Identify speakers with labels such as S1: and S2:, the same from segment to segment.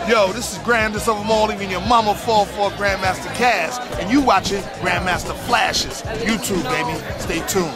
S1: Yo, this is grandest of them all, even your mama fall for Grandmaster Cash, and you watching Grandmaster Flashes. YouTube, baby. Stay tuned.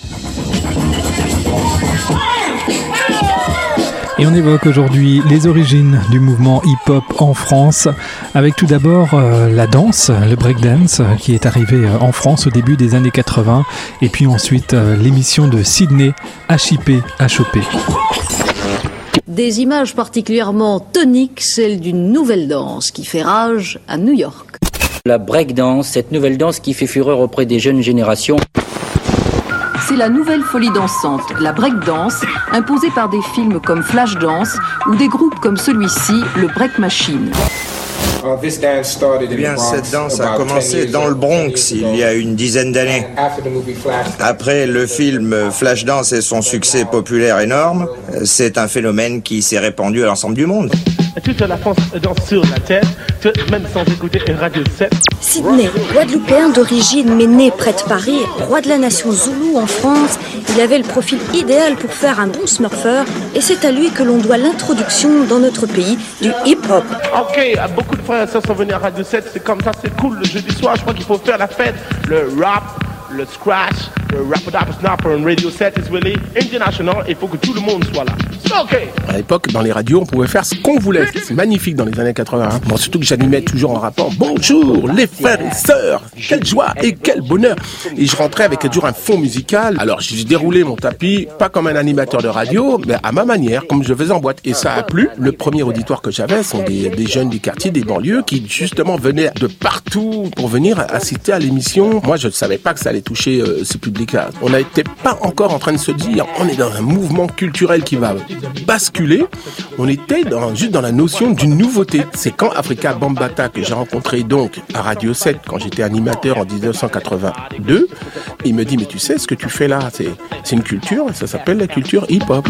S2: Et on évoque aujourd'hui les origines du mouvement hip-hop en France, avec tout d'abord la danse, le breakdance, qui est arrivé en France au début des années 80, et puis ensuite l'émission de Sydney, HIP, HOP.
S3: Des images particulièrement toniques, celles d'une nouvelle danse qui fait rage à New York.
S4: La breakdance, cette nouvelle danse qui fait fureur auprès des jeunes générations.
S3: C'est la nouvelle folie dansante, la breakdance, imposée par des films comme Flashdance ou des groupes comme celui-ci, le Break Machine.
S5: Eh bien, cette danse a commencé dans le Bronx il y a une dizaine d'années. Après le film Flashdance et son succès populaire énorme, c'est un phénomène qui s'est répandu à l'ensemble du monde.
S6: Toute la France danse sur la tête, même sans écouter Radio 7.
S7: Sydney, Guadeloupéen d'origine mais né près de Paris, roi de la nation Zoulou en France, il avait le profil idéal pour faire un bon smurfeur et c'est à lui que l'on doit l'introduction dans notre pays du hip-hop.
S6: Ok, beaucoup de frères et sœurs sont venus à Radio 7, c'est comme ça, c'est cool. Le jeudi soir, je crois qu'il faut faire la fête, le rap, le scratch, le rap-a-dap-snapper on Radio 7 is really international, il faut que tout le monde soit là. C'est ok.
S8: À l'époque, dans les radios, on pouvait faire ce qu'on voulait. C'est magnifique dans les années 80. Hein. Bon, surtout que j'animais toujours en rappant « Bonjour les frères et sœurs, quelle joie et quel bonheur !» Et je rentrais avec toujours un fond musical. Alors, j'ai déroulé mon tapis, pas comme un animateur de radio, mais à ma manière, comme je faisais en boîte. Et ça a plu. Le premier auditoire que j'avais sont des jeunes du quartier, des banlieues, qui justement venaient de partout pour venir assister à l'émission. Moi, je ne savais pas que ça allait toucher ce public-là. On n'était pas encore en train de se dire on est dans un mouvement culturel qui va basculer. On était juste dans la notion d'une nouveauté. C'est quand Africa Bambaataa, que j'ai rencontré donc à Radio 7 quand j'étais animateur en 1982, il me dit mais tu sais ce que tu fais là, c'est une culture, ça s'appelle la culture hip-hop.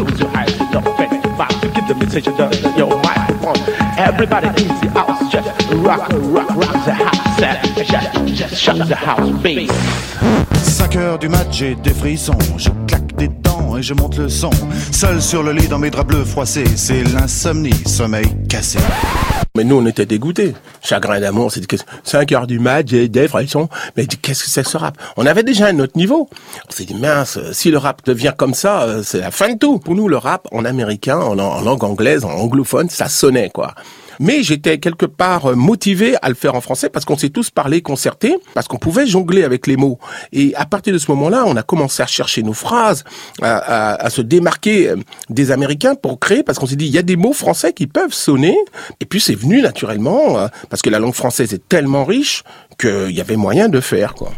S6: Everybody in the house, just rock the house, just shut the house, bass.
S9: 5h du mat, j'ai des frissons, je claque des dents et je monte le son. Seul sur le lit dans mes draps bleus froissés, c'est l'insomnie, sommeil cassé.
S8: Mais nous, on était dégoûtés. Chagrin d'amour, c'était 5h du mat, j'ai des frissons. Mais qu'est-ce que c'est que ce rap? On avait déjà un autre niveau. On s'est dit, mince, si le rap devient comme ça, c'est la fin de tout. Pour nous, le rap, en américain, en langue anglaise, en anglophone, ça sonnait, quoi. Mais j'étais quelque part motivé à le faire en français parce qu'on s'est tous parlé, concerté, parce qu'on pouvait jongler avec les mots. Et à partir de ce moment-là, on a commencé à chercher nos phrases, à se démarquer des Américains pour créer, parce qu'on s'est dit, il y a des mots français qui peuvent sonner. Et puis c'est venu naturellement, parce que la langue française est tellement riche qu'il y avait moyen de faire, quoi.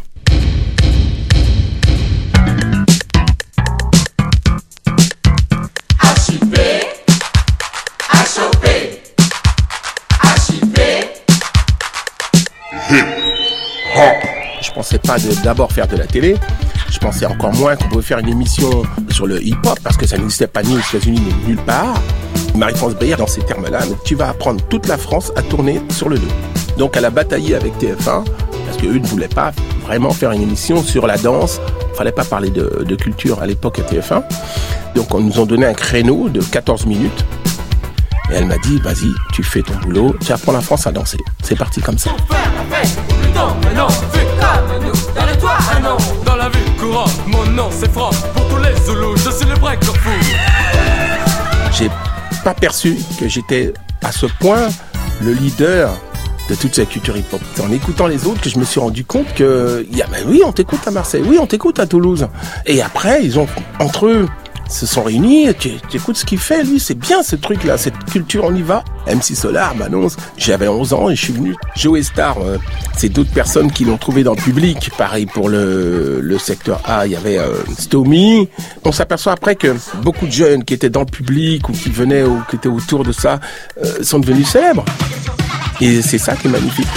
S8: Je pensais pas d'abord faire de la télé. Je pensais encore moins qu'on pouvait faire une émission sur le hip-hop parce que ça n'existait pas ni aux États-Unis ni nulle part. Marie-France Bayer, dans ces termes-là, tu vas apprendre toute la France à tourner sur le dos. Donc elle a bataillé avec TF1 parce qu'eux ne voulaient pas vraiment faire une émission sur la danse. Il fallait pas parler de culture à l'époque à TF1. Donc on nous a donné un créneau de 14 minutes. Et elle m'a dit, vas-y, tu fais ton boulot, tu apprends la France à danser. C'est parti comme ça.
S10: Dans la ville courante, mon nom c'est Franck. Pour tous les Zoulous, je suis le breaker fou.
S8: J'ai pas perçu que j'étais à ce point le leader de toute cette culture hip-hop. C'est en écoutant les autres que je me suis rendu compte que, oui, on t'écoute à Marseille, oui, on t'écoute à Toulouse. Et après, ils ont, entre eux, se sont réunis, tu écoutes ce qu'il fait, lui, c'est bien ce truc-là, cette culture, on y va. MC Solar m'annonce, j'avais 11 ans et je suis venu. Joe Star, c'est d'autres personnes qui l'ont trouvé dans le public. Pareil pour le secteur A, il y avait Stomy. On s'aperçoit après que beaucoup de jeunes qui étaient dans le public ou qui venaient ou qui étaient autour de ça sont devenus célèbres. Et c'est ça qui est magnifique.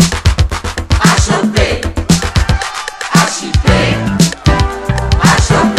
S11: HOP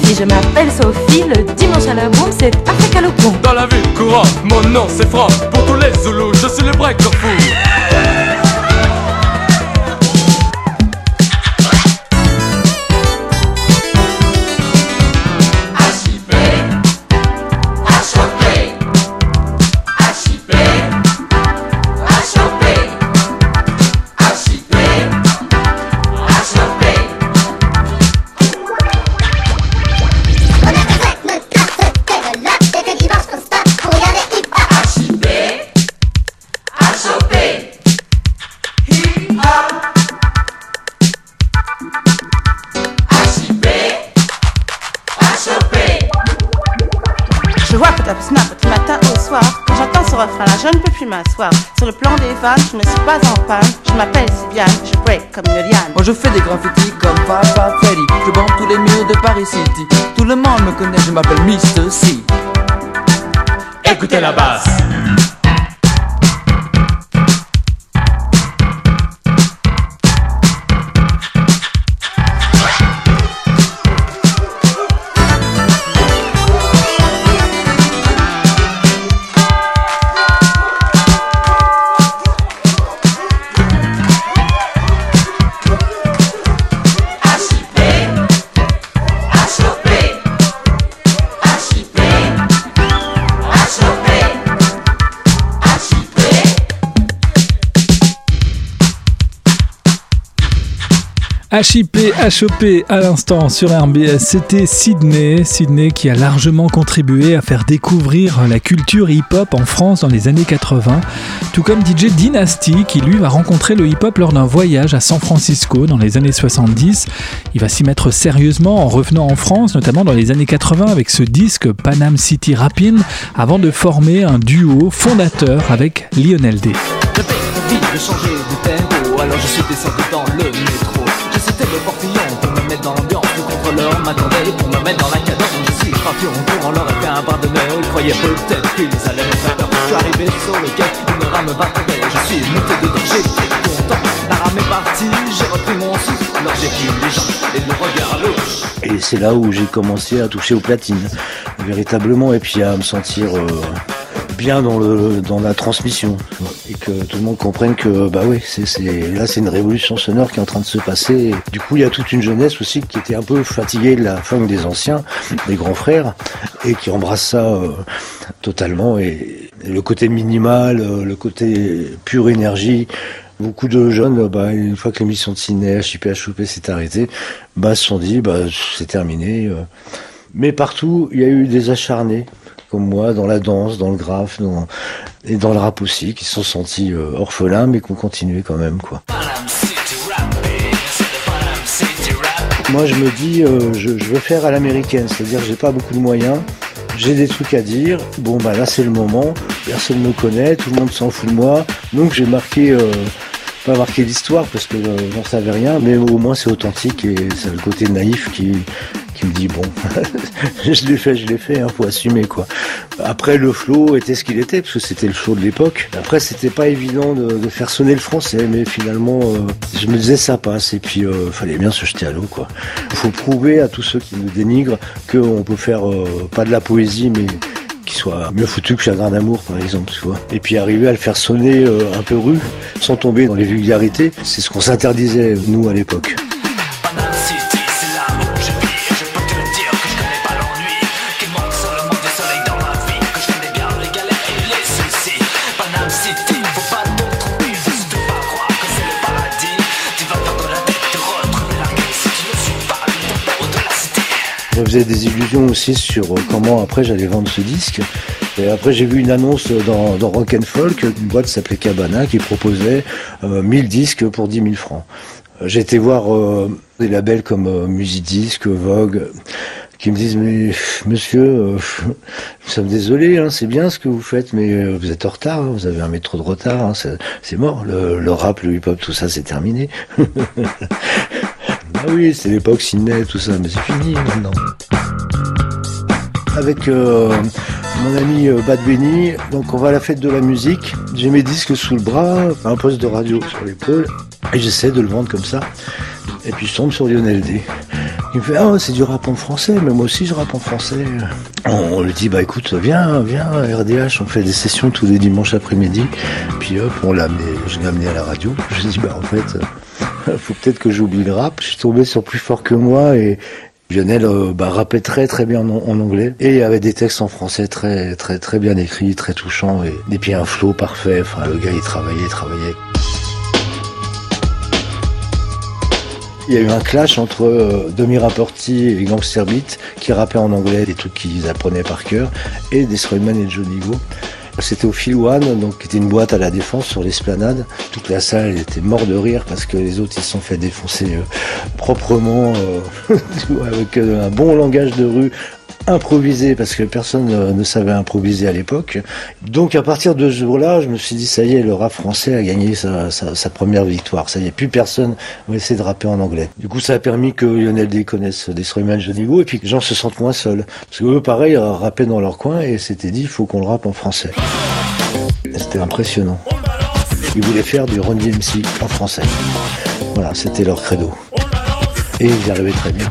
S11: Si je m'appelle Sophie, le dimanche à la boum, c'est Africa le boum.
S10: Dans la vie courante, mon nom c'est Franck. Pour tous les Zoulous, je suis le break fou.
S12: Je ne peux plus m'asseoir. Sur le plan des vannes, je ne suis pas en panne. Je m'appelle Sibiane, je break comme une liane.
S13: Moi je fais des graffitis comme Papa Freddy. Je bande tous les murs de Paris City. Tout le monde me connaît, je m'appelle Mr. C.
S10: Écoutez la basse.
S2: HIP, HOP à l'instant sur RBS, c'était Sydney qui a largement contribué à faire découvrir la culture hip-hop en France dans les années 80, tout comme DJ Dynasty qui lui va rencontrer le hip-hop lors d'un voyage à San Francisco dans les années 70. Il va s'y mettre sérieusement en revenant en France, notamment dans les années 80 avec ce disque Panam City Rappin', avant de former un duo fondateur avec Lionel D.
S13: J'avais envie de changer de tempo, alors je suis descendu dans le métro. C'était le portillon pour me mettre dans l'ambiance. Le contrôleur m'attendait pour me mettre dans la cadence. Je suis parti en cours, on leur a fait un bras d'honneur. Ils croyaient peut-être qu'ils allaient me faire peur. Je suis arrivé sur le quai, une rame m'attendait. Je suis monté dedans, j'étais content. La rame est partie, j'ai repris mon souffle. Alors j'ai pris les gens et le regard louche.
S14: Et c'est là où j'ai commencé à toucher aux platines, véritablement, et puis à me sentir bien dans la transmission, et que tout le monde comprenne que bah oui, là c'est une révolution sonore qui est en train de se passer. Et du coup il y a toute une jeunesse aussi qui était un peu fatiguée de la funk des anciens, des grands frères, et qui embrasse ça totalement, et le côté minimal, le côté pure énergie. Beaucoup de jeunes, une fois que l'émission de Sydney, HIP, HOP s'est arrêtée, se sont dit c'est terminé. Mais partout il y a eu des acharnés comme moi, dans la danse, dans le graphe, et dans le rap aussi, qui se sont sentis orphelins, mais qui ont continué quand même, quoi. Moi, je me dis, je veux faire à l'américaine, c'est-à-dire que j'ai pas beaucoup de moyens, j'ai des trucs à dire, là c'est le moment, personne ne me connaît, tout le monde s'en fout de moi, donc j'ai pas marqué l'histoire, parce que j'en savais rien, mais au moins c'est authentique, et c'est le côté naïf qui me dit je l'ai fait, faut assumer, quoi. Après, le flow était ce qu'il était, parce que c'était le flow de l'époque. Après, c'était pas évident de faire sonner le français, mais finalement, je me disais ça passe, et puis fallait bien se jeter à l'eau, quoi. Il faut prouver à tous ceux qui nous dénigrent qu'on peut faire pas de la poésie, mais qui soit mieux foutu que Chagrin d'amour, par exemple, tu vois. Et puis arriver à le faire sonner un peu rue, sans tomber dans les vulgarités, c'est ce qu'on s'interdisait, nous, à l'époque. Je faisais des illusions aussi sur comment après j'allais vendre ce disque. Et après j'ai vu une annonce dans Rock & Folk, une boîte qui s'appelait Cabana, qui proposait 1000 disques pour 10 000 francs. J'ai été voir des labels comme Musidisc, Vogue, qui me disent mais monsieur, nous sommes désolés, c'est bien ce que vous faites, mais vous êtes en retard, vous avez un métro de retard, c'est mort, le rap, le hip-hop, tout ça c'est terminé. Ah oui, c'est l'époque Sydney, tout ça, mais c'est fini maintenant. Avec mon ami Bad Benny, donc on va à la fête de la musique, j'ai mes disques sous le bras, un poste de radio sur l'épaule, et j'essaie de le vendre comme ça. Et puis je tombe sur Lionel D, Il me fait c'est du rap en français, mais moi aussi je rappe en français. On lui dit écoute, viens RDH, on fait des sessions tous les dimanches après-midi. Puis hop, je l'ai amené à la radio. Je lui ai dit en fait, faut peut-être que j'oublie le rap. Je suis tombé sur Plus fort que moi et Lionel rappait très très bien en anglais et il y avait des textes en français très très très bien écrits, très touchants et puis un flow parfait. Enfin, le gars il travaillait. Il y a eu un clash entre Demi Rapporti et Gangster Beat qui rappaient en anglais des trucs qu'ils apprenaient par cœur et Destroyman et Johnny Go. C'était au Phil One, donc qui était une boîte à la Défense sur l'Esplanade. Toute la salle était morte de rire parce que les autres ils se sont fait défoncer proprement avec un bon langage de rue improvisé parce que personne ne savait improviser à l'époque. Donc à partir de ce jour-là, je me suis dit ça y est, le rap français a gagné sa première victoire. Ça y est, plus personne va essayer de rapper en anglais. Du coup, ça a permis que Lionel D connaisse Destroyman, Johnny Go et puis que les gens se sentent moins seuls. Parce que eux, pareil, rappaient dans leur coin et s'étaient dit il faut qu'on le rappe en français. Et c'était impressionnant. Ils voulaient faire du Run DMC en français. Voilà, c'était leur credo. Et ils y arrivaient très bien.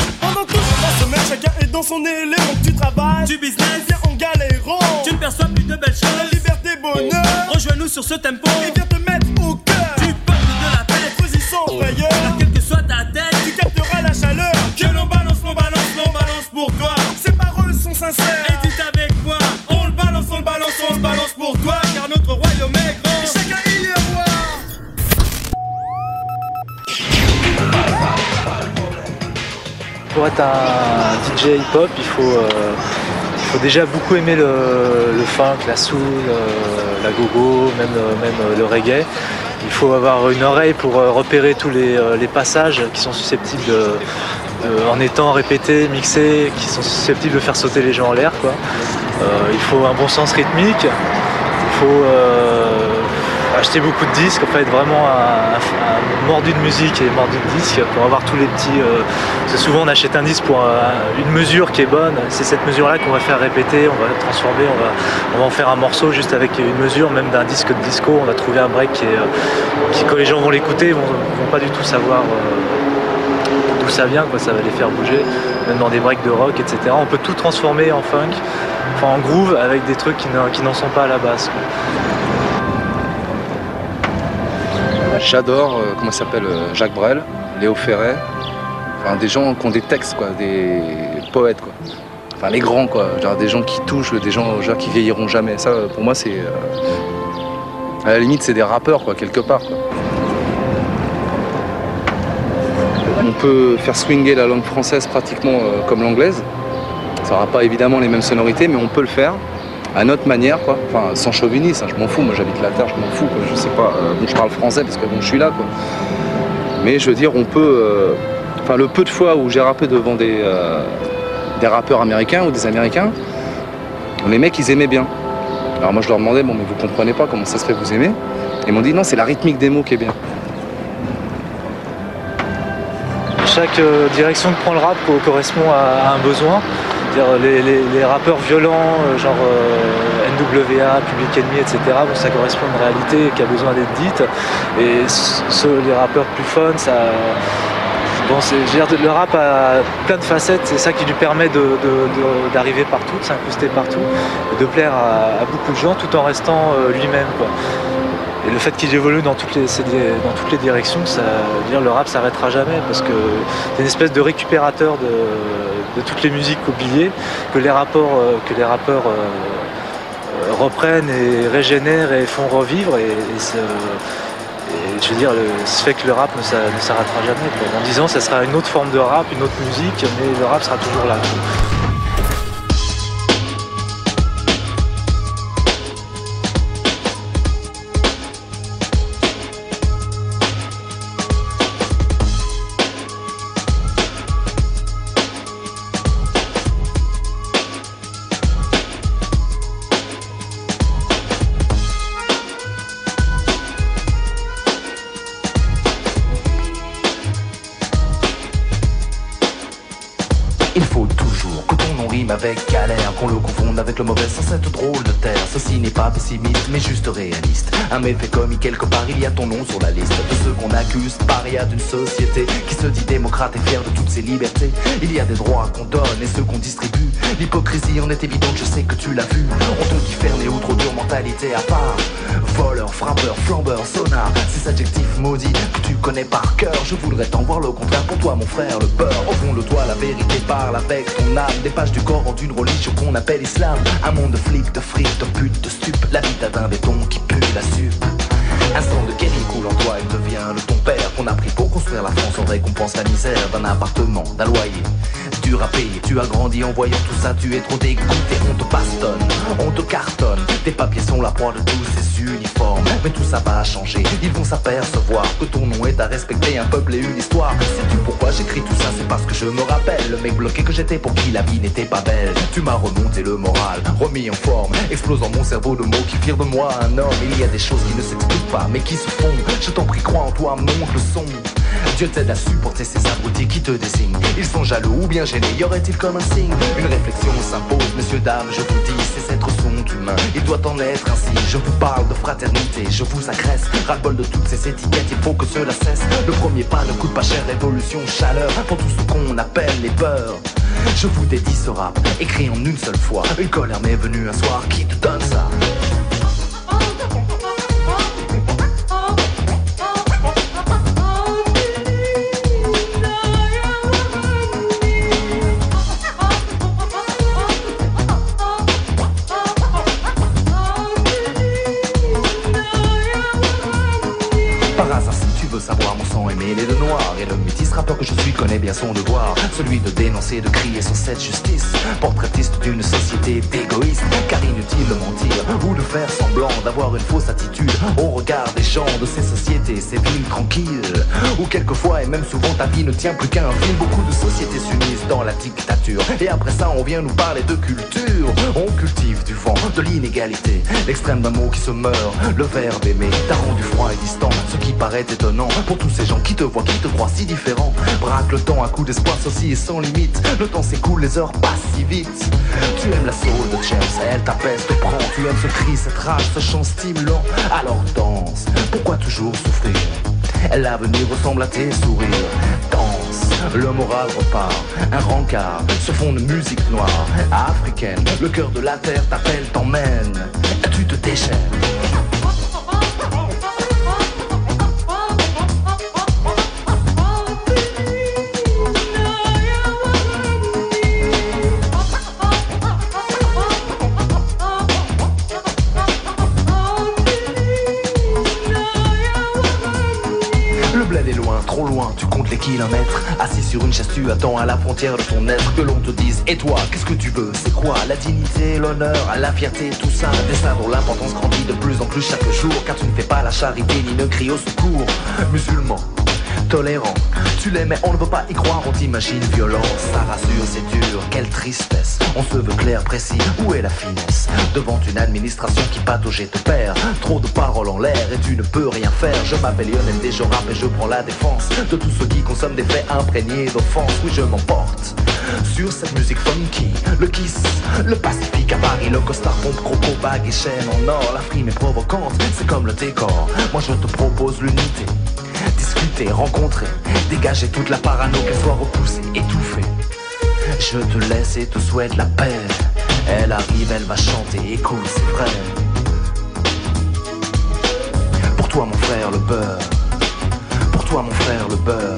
S15: Dans son élément du travail, du business, viens en galérant. Tu ne perçois plus de belles choses, la liberté, bonheur. Rejoins-nous sur ce tempo et viens te mettre au cœur du peuple de la paix. Choisis sans frayeur, quelle que soit ta tête, tu capteras la chaleur. Que l'on balance pour toi. Ces paroles sont sincères et dites avec moi. On le balance pour toi. Car notre royaume est grand. Chacun il est roi.
S16: Pour être un DJ hip-hop, il faut déjà beaucoup aimer le funk, la soul, la go-go, même le reggae. Il faut avoir une oreille pour repérer tous les passages qui sont susceptibles en étant répétés, mixés, qui sont susceptibles de faire sauter les gens en l'air, quoi. Il faut un bon sens rythmique, il faut acheter beaucoup de disques, en fait vraiment un mordu de musique et mordu de disques pour avoir tous les petits... parce que souvent on achète un disque pour une mesure qui est bonne, c'est cette mesure-là qu'on va faire répéter, on va transformer, on va en faire un morceau juste avec une mesure, même d'un disque de disco, on va trouver un break qui quand les gens vont l'écouter, ils vont pas du tout savoir d'où ça vient, quoi, ça va les faire bouger, même dans des breaks de rock, etc. On peut tout transformer en funk, enfin en groove, avec des trucs qui n'en sont pas à la base, quoi.
S17: J'adore, comment ça s'appelle, Jacques Brel, Léo Ferré, enfin des gens qui ont des textes, quoi, des poètes, quoi. Enfin les grands, quoi, genre des gens qui touchent, des gens genre, qui vieilliront jamais. Ça, pour moi, c'est à la limite, c'est des rappeurs, quoi, quelque part, quoi. On peut faire swinger la langue française pratiquement comme l'anglaise. Ça n'aura pas évidemment les mêmes sonorités, mais on peut le faire à notre manière, quoi. Enfin, sans chauvinisme, je m'en fous, moi j'habite la terre, je m'en fous, quoi. Je sais pas, bon, je parle français parce que bon, je suis là, quoi. Mais je veux dire, on peut, enfin, le peu de fois où j'ai rappé devant des rappeurs américains ou des américains, les mecs ils aimaient bien. Alors moi je leur demandais, bon mais vous comprenez pas comment ça se fait vous aimez? Et ils m'ont dit non, c'est la rythmique des mots qui est bien.
S16: Chaque direction que prend le rap correspond à un besoin. Les rappeurs violents, genre NWA, Public Enemy, etc., bon, ça correspond à une réalité qui a besoin d'être dite. Et les rappeurs plus fun, ça... Bon, le rap a plein de facettes, c'est ça qui lui permet d'arriver partout, de s'incruster partout, de plaire à beaucoup de gens tout en restant lui-même, quoi. Et le fait qu'il évolue dans toutes les directions, ça veut dire le rap s'arrêtera jamais parce que c'est une espèce de récupérateur de toutes les musiques oubliées que les rappeurs reprennent et régénèrent et font revivre et je veux dire, ce fait que le rap ne s'arrêtera jamais, quoi. Dans 10 ans, ça sera une autre forme de rap, une autre musique, mais le rap sera toujours là.
S18: Il faut toujours que ton avec galère, qu'on le confonde avec le mauvais sans cette drôle de terre. Ceci n'est pas pessimiste mais juste réaliste. Un méfait commis quelque part, il y a ton nom sur la liste de ceux qu'on accuse, paria d'une société qui se dit démocrate et fière de toutes ses libertés. Il y a des droits qu'on donne et ceux qu'on distribue. L'hypocrisie en est évidente, je sais que tu l'as vu. On te dit fermé ou trop dur, mentalité à part. Voleur, frappeur, flambeur, sonar, ces adjectifs maudits que tu connais par cœur. Je voudrais t'en voir le contraire pour toi mon frère, le beurre. Au fond de toi la vérité parle avec ton âme. Des pages du Coran d'une religion qu'on appelle islam. Un monde de flics, de fric, de putes, de stupes. L'habitat d'un béton qui pue la supe. Un sang de guérille coule en toi, il devient le ton père qu'on a pris pour construire la France. On récompense la misère d'un appartement, d'un loyer dur à payer. Tu as grandi en voyant tout ça, tu es trop dégoûté. On te bastonne, on te cartonne. Tes papiers sont la proie de tous ces uniformes. Mais tout ça va changer, ils vont s'apercevoir que ton nom est à respecter, un peuple et une histoire. Sais-tu pourquoi j'écris tout ça? C'est parce que je me rappelle le mec bloqué que j'étais pour qui la vie n'était pas belle. Tu m'as remonté le moral, remis en forme, explosant mon cerveau de mots qui firent de moi un homme. Il y a des choses qui ne s'expliquent pas mais qui se font. Je t'en prie, crois en toi, monte le son. Dieu t'aide à supporter ces abrutis qui te désignent. Ils sont jaloux ou bien gênés, y aurait-il comme un signe? Une réflexion s'impose, messieurs, dames, je vous dis, ces êtres sont humains, il doit en être ainsi. Je vous parle de fraternité, je vous agresse. Ras-le-bol de toutes ces étiquettes, il faut que cela cesse. Le premier pas ne coûte pas cher, révolution, chaleur, pour tout ce qu'on appelle les peurs. Je vous dédie ce rap, écrit en une seule fois. Une colère m'est venue un soir, qui te donne ça? Et de noir, et le métis rappeur que je suis connaît bien son devoir, celui de dénoncer, de crier sur cette justice, portraitiste d'une société d'égoïstes, car inutile de mentir ou de faire semblant d'avoir une fausse attitude au regard des gens de ces sociétés, ces villes tranquilles, où quelquefois et même souvent ta vie ne tient plus qu'à un fil. Beaucoup de sociétés s'unissent dans la dictature, et après ça on vient nous parler de culture. On cultive du vent, de l'inégalité, l'extrême d'un mot qui se meurt, le verbe aimer t'a rendu froid et distant, ce qui paraît étonnant pour tous ces gens qui te voient, qui te croient si différent. Braque le temps à coups d'espoir, ceci est sans limite. Le temps s'écoule, les heures passent si vite. Tu aimes la soul de James, elle t'apaise, te prend. Tu aimes ce cri, cette rage, ce chant stimulant. Alors danse, pourquoi toujours souffrir? L'avenir ressemble à tes sourires. Danse, le moral repart. Un rencard sur fond de musique noire africaine. Le cœur de la terre t'appelle, t'emmène. Tu te déchaînes. Trop loin, tu comptes les kilomètres. Assis sur une chaise, tu attends à la frontière de ton être que l'on te dise, et toi, qu'est-ce que tu veux? C'est quoi? La dignité, l'honneur, la fierté, tout ça. Des ça dont l'importance grandit de plus en plus chaque jour, car tu ne fais pas la charité ni ne crie au secours. Musulman, tolérant, tu l'aimes mais on ne veut pas y croire, on t'imagine violent. Ça rassure, c'est dur, quelle tristesse. On se veut clair, précis, où est la finesse? Devant une administration qui patauge et te perd. Trop de paroles en l'air et tu ne peux rien faire. Je m'appelle Lionel D, je rappe et je prends la défense de tous ceux qui consomment des faits imprégnés d'offense. Oui, je m'emporte sur cette musique funky, le kiss, le Pacifique à Paris, le costard pompe, croco, bague et chaîne en or. La frime est provocante, c'est comme le décor. Moi je te propose l'unité, discuter, rencontrer, dégager toute la parano, qu'elle soit repoussée, étouffée. Je te laisse et te souhaite la paix. Elle arrive, elle va chanter, écoute, c'est vrai. Pour toi mon frère le beurre, pour toi mon frère le beurre.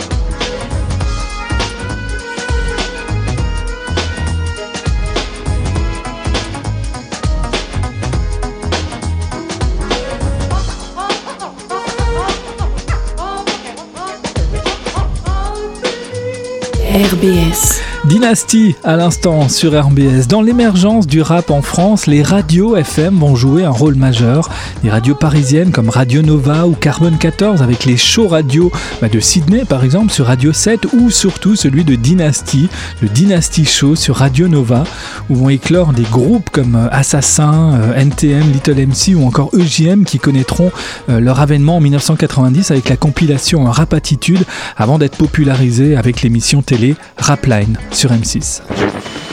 S2: RBS. Dynasty à l'instant sur RBS. Dans l'émergence du rap en France, les radios FM vont jouer un rôle majeur. Les radios parisiennes comme Radio Nova ou Carbone 14 avec les shows radio de Sydney par exemple sur Radio 7, ou surtout celui de Dynasty, le Dynasty Show sur Radio Nova, où vont éclore des groupes comme Assassin, NTM, Little MC ou encore EJM qui connaîtront leur avènement en 1990 avec la compilation Rap Attitude avant d'être popularisés avec l'émission télé Rapline sur M6.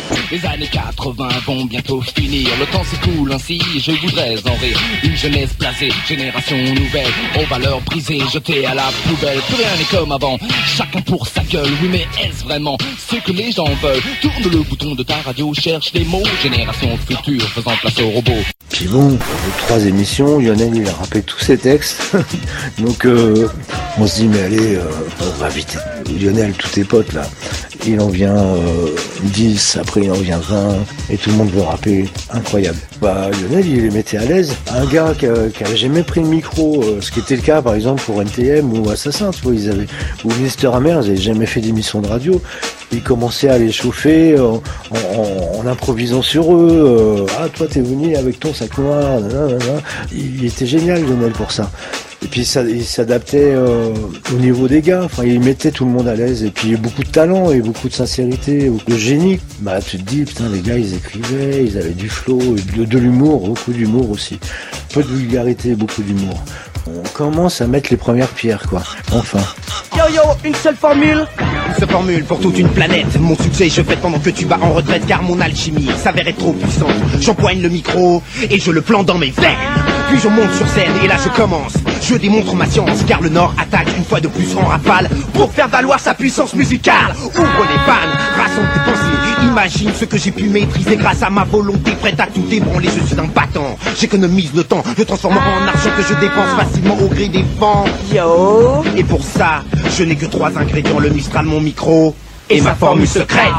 S19: Les années 80 vont bientôt finir. Le temps s'écoule ainsi, je voudrais en rire. Une jeunesse blasée, génération nouvelle, aux valeurs brisées, jetées à la poubelle. Plus rien n'est comme avant, chacun pour sa gueule. Oui mais est-ce vraiment ce que les gens veulent? Tourne le bouton de ta radio, cherche des mots. Génération future, faisant place aux robots.
S14: Puis bon, au bout de 3 émissions, Lionel il a rappelé tous ses textes. Donc on se dit mais allez, on va vite. Lionel, tous tes potes là, il en vient 10, après il en vient 20, et tout le monde veut rapper. Incroyable. Bah Lionel il les mettait à l'aise. Un gars qui avait jamais pris le micro, ce qui était le cas par exemple pour NTM ou Assassin, tu vois, ou Mister Hammer, ils n'avaient jamais fait d'émission de radio. Ils commençaient à les chauffer en improvisant sur eux. Ah toi t'es venu avec ton sac noir. Nanana. Il était génial Lionel pour ça. Et puis il s'adaptait au niveau des gars. Enfin il mettait tout le monde à l'aise. Et puis beaucoup de talent et beaucoup de sincérité, de génie. Bah tu te dis putain les gars ils écrivaient, ils avaient du flow, de l'humour, beaucoup d'humour aussi. Peu de vulgarité, beaucoup d'humour. On commence à mettre les premières pierres quoi. Enfin.
S20: Yo yo, une seule formule. Une seule formule pour toute une planète. Mon succès je fête pendant que tu vas en retraite, car mon alchimie s'avère être trop puissante. J'empoigne le micro et je le plante dans mes veines. Puis je monte sur scène et là je commence. Je démontre ma science, car le Nord attaque une fois de plus en rafale pour faire valoir sa puissance musicale. Ouvre les vannes, rassemble tes pensées. Imagine ce que j'ai pu maîtriser grâce à ma volonté prête à tout débranler. Je suis un battant, j'économise le temps, le transformant en argent que je dépense facilement au gré des vents. Yo. Et pour ça, je n'ai que 3 ingrédients, le Mistral, mon micro et ma formule secrète.